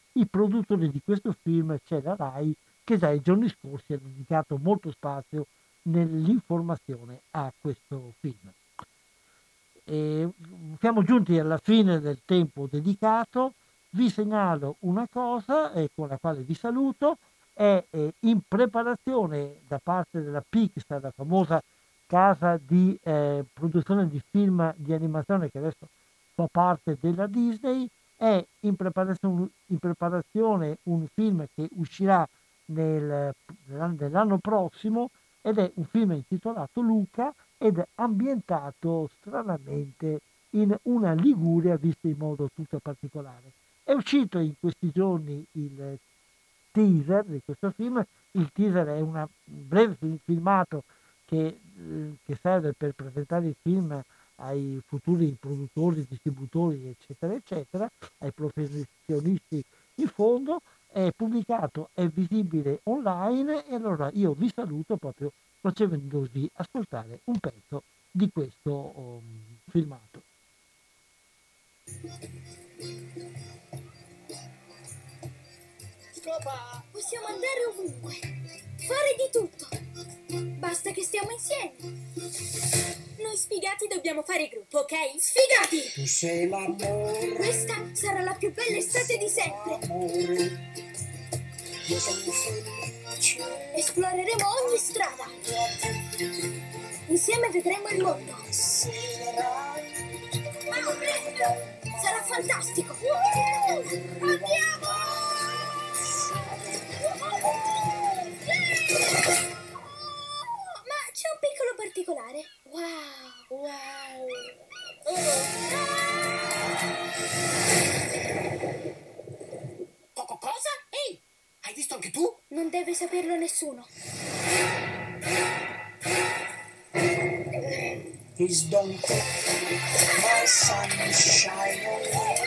i produttori di questo film, c'è la Rai, che già i giorni scorsi ha dedicato molto spazio nell'informazione a questo film. E siamo giunti alla fine del tempo dedicato. Vi segnalo una cosa eh, con la quale vi saluto. È eh, in preparazione da parte della Pixar, la famosa casa di eh, produzione di film di animazione che adesso fa parte della Disney, è in preparazione, in preparazione un film che uscirà nel, nell'anno prossimo, ed è un film intitolato Luca ed è ambientato stranamente in una Liguria vista in modo tutto particolare. È uscito in questi giorni il teaser di questo film. Il teaser è una- un breve film- filmato che, eh, che serve per presentare il film ai futuri produttori, distributori, eccetera, eccetera, ai professionisti in fondo. È pubblicato, è visibile online, e allora io vi saluto proprio facendovi ascoltare un pezzo di questo um, filmato.
Scopa! Possiamo andare ovunque, fare di tutto. Basta che stiamo insieme. Noi sfigati dobbiamo fare gruppo, ok? Sfigati!
Tu sei l'amore.
Questa sarà la più bella estate di sempre.
Amore. Io sono felice.
Esploreremo ogni strada. Insieme vedremo il mondo. Ah, presto! Sarà fantastico! Andiamo! Ma c'è un piccolo particolare. Wow! Wow!
Co- cosa? Ehi, hai visto anche tu?
Non deve saperlo nessuno.
Please don't take my sunshine away.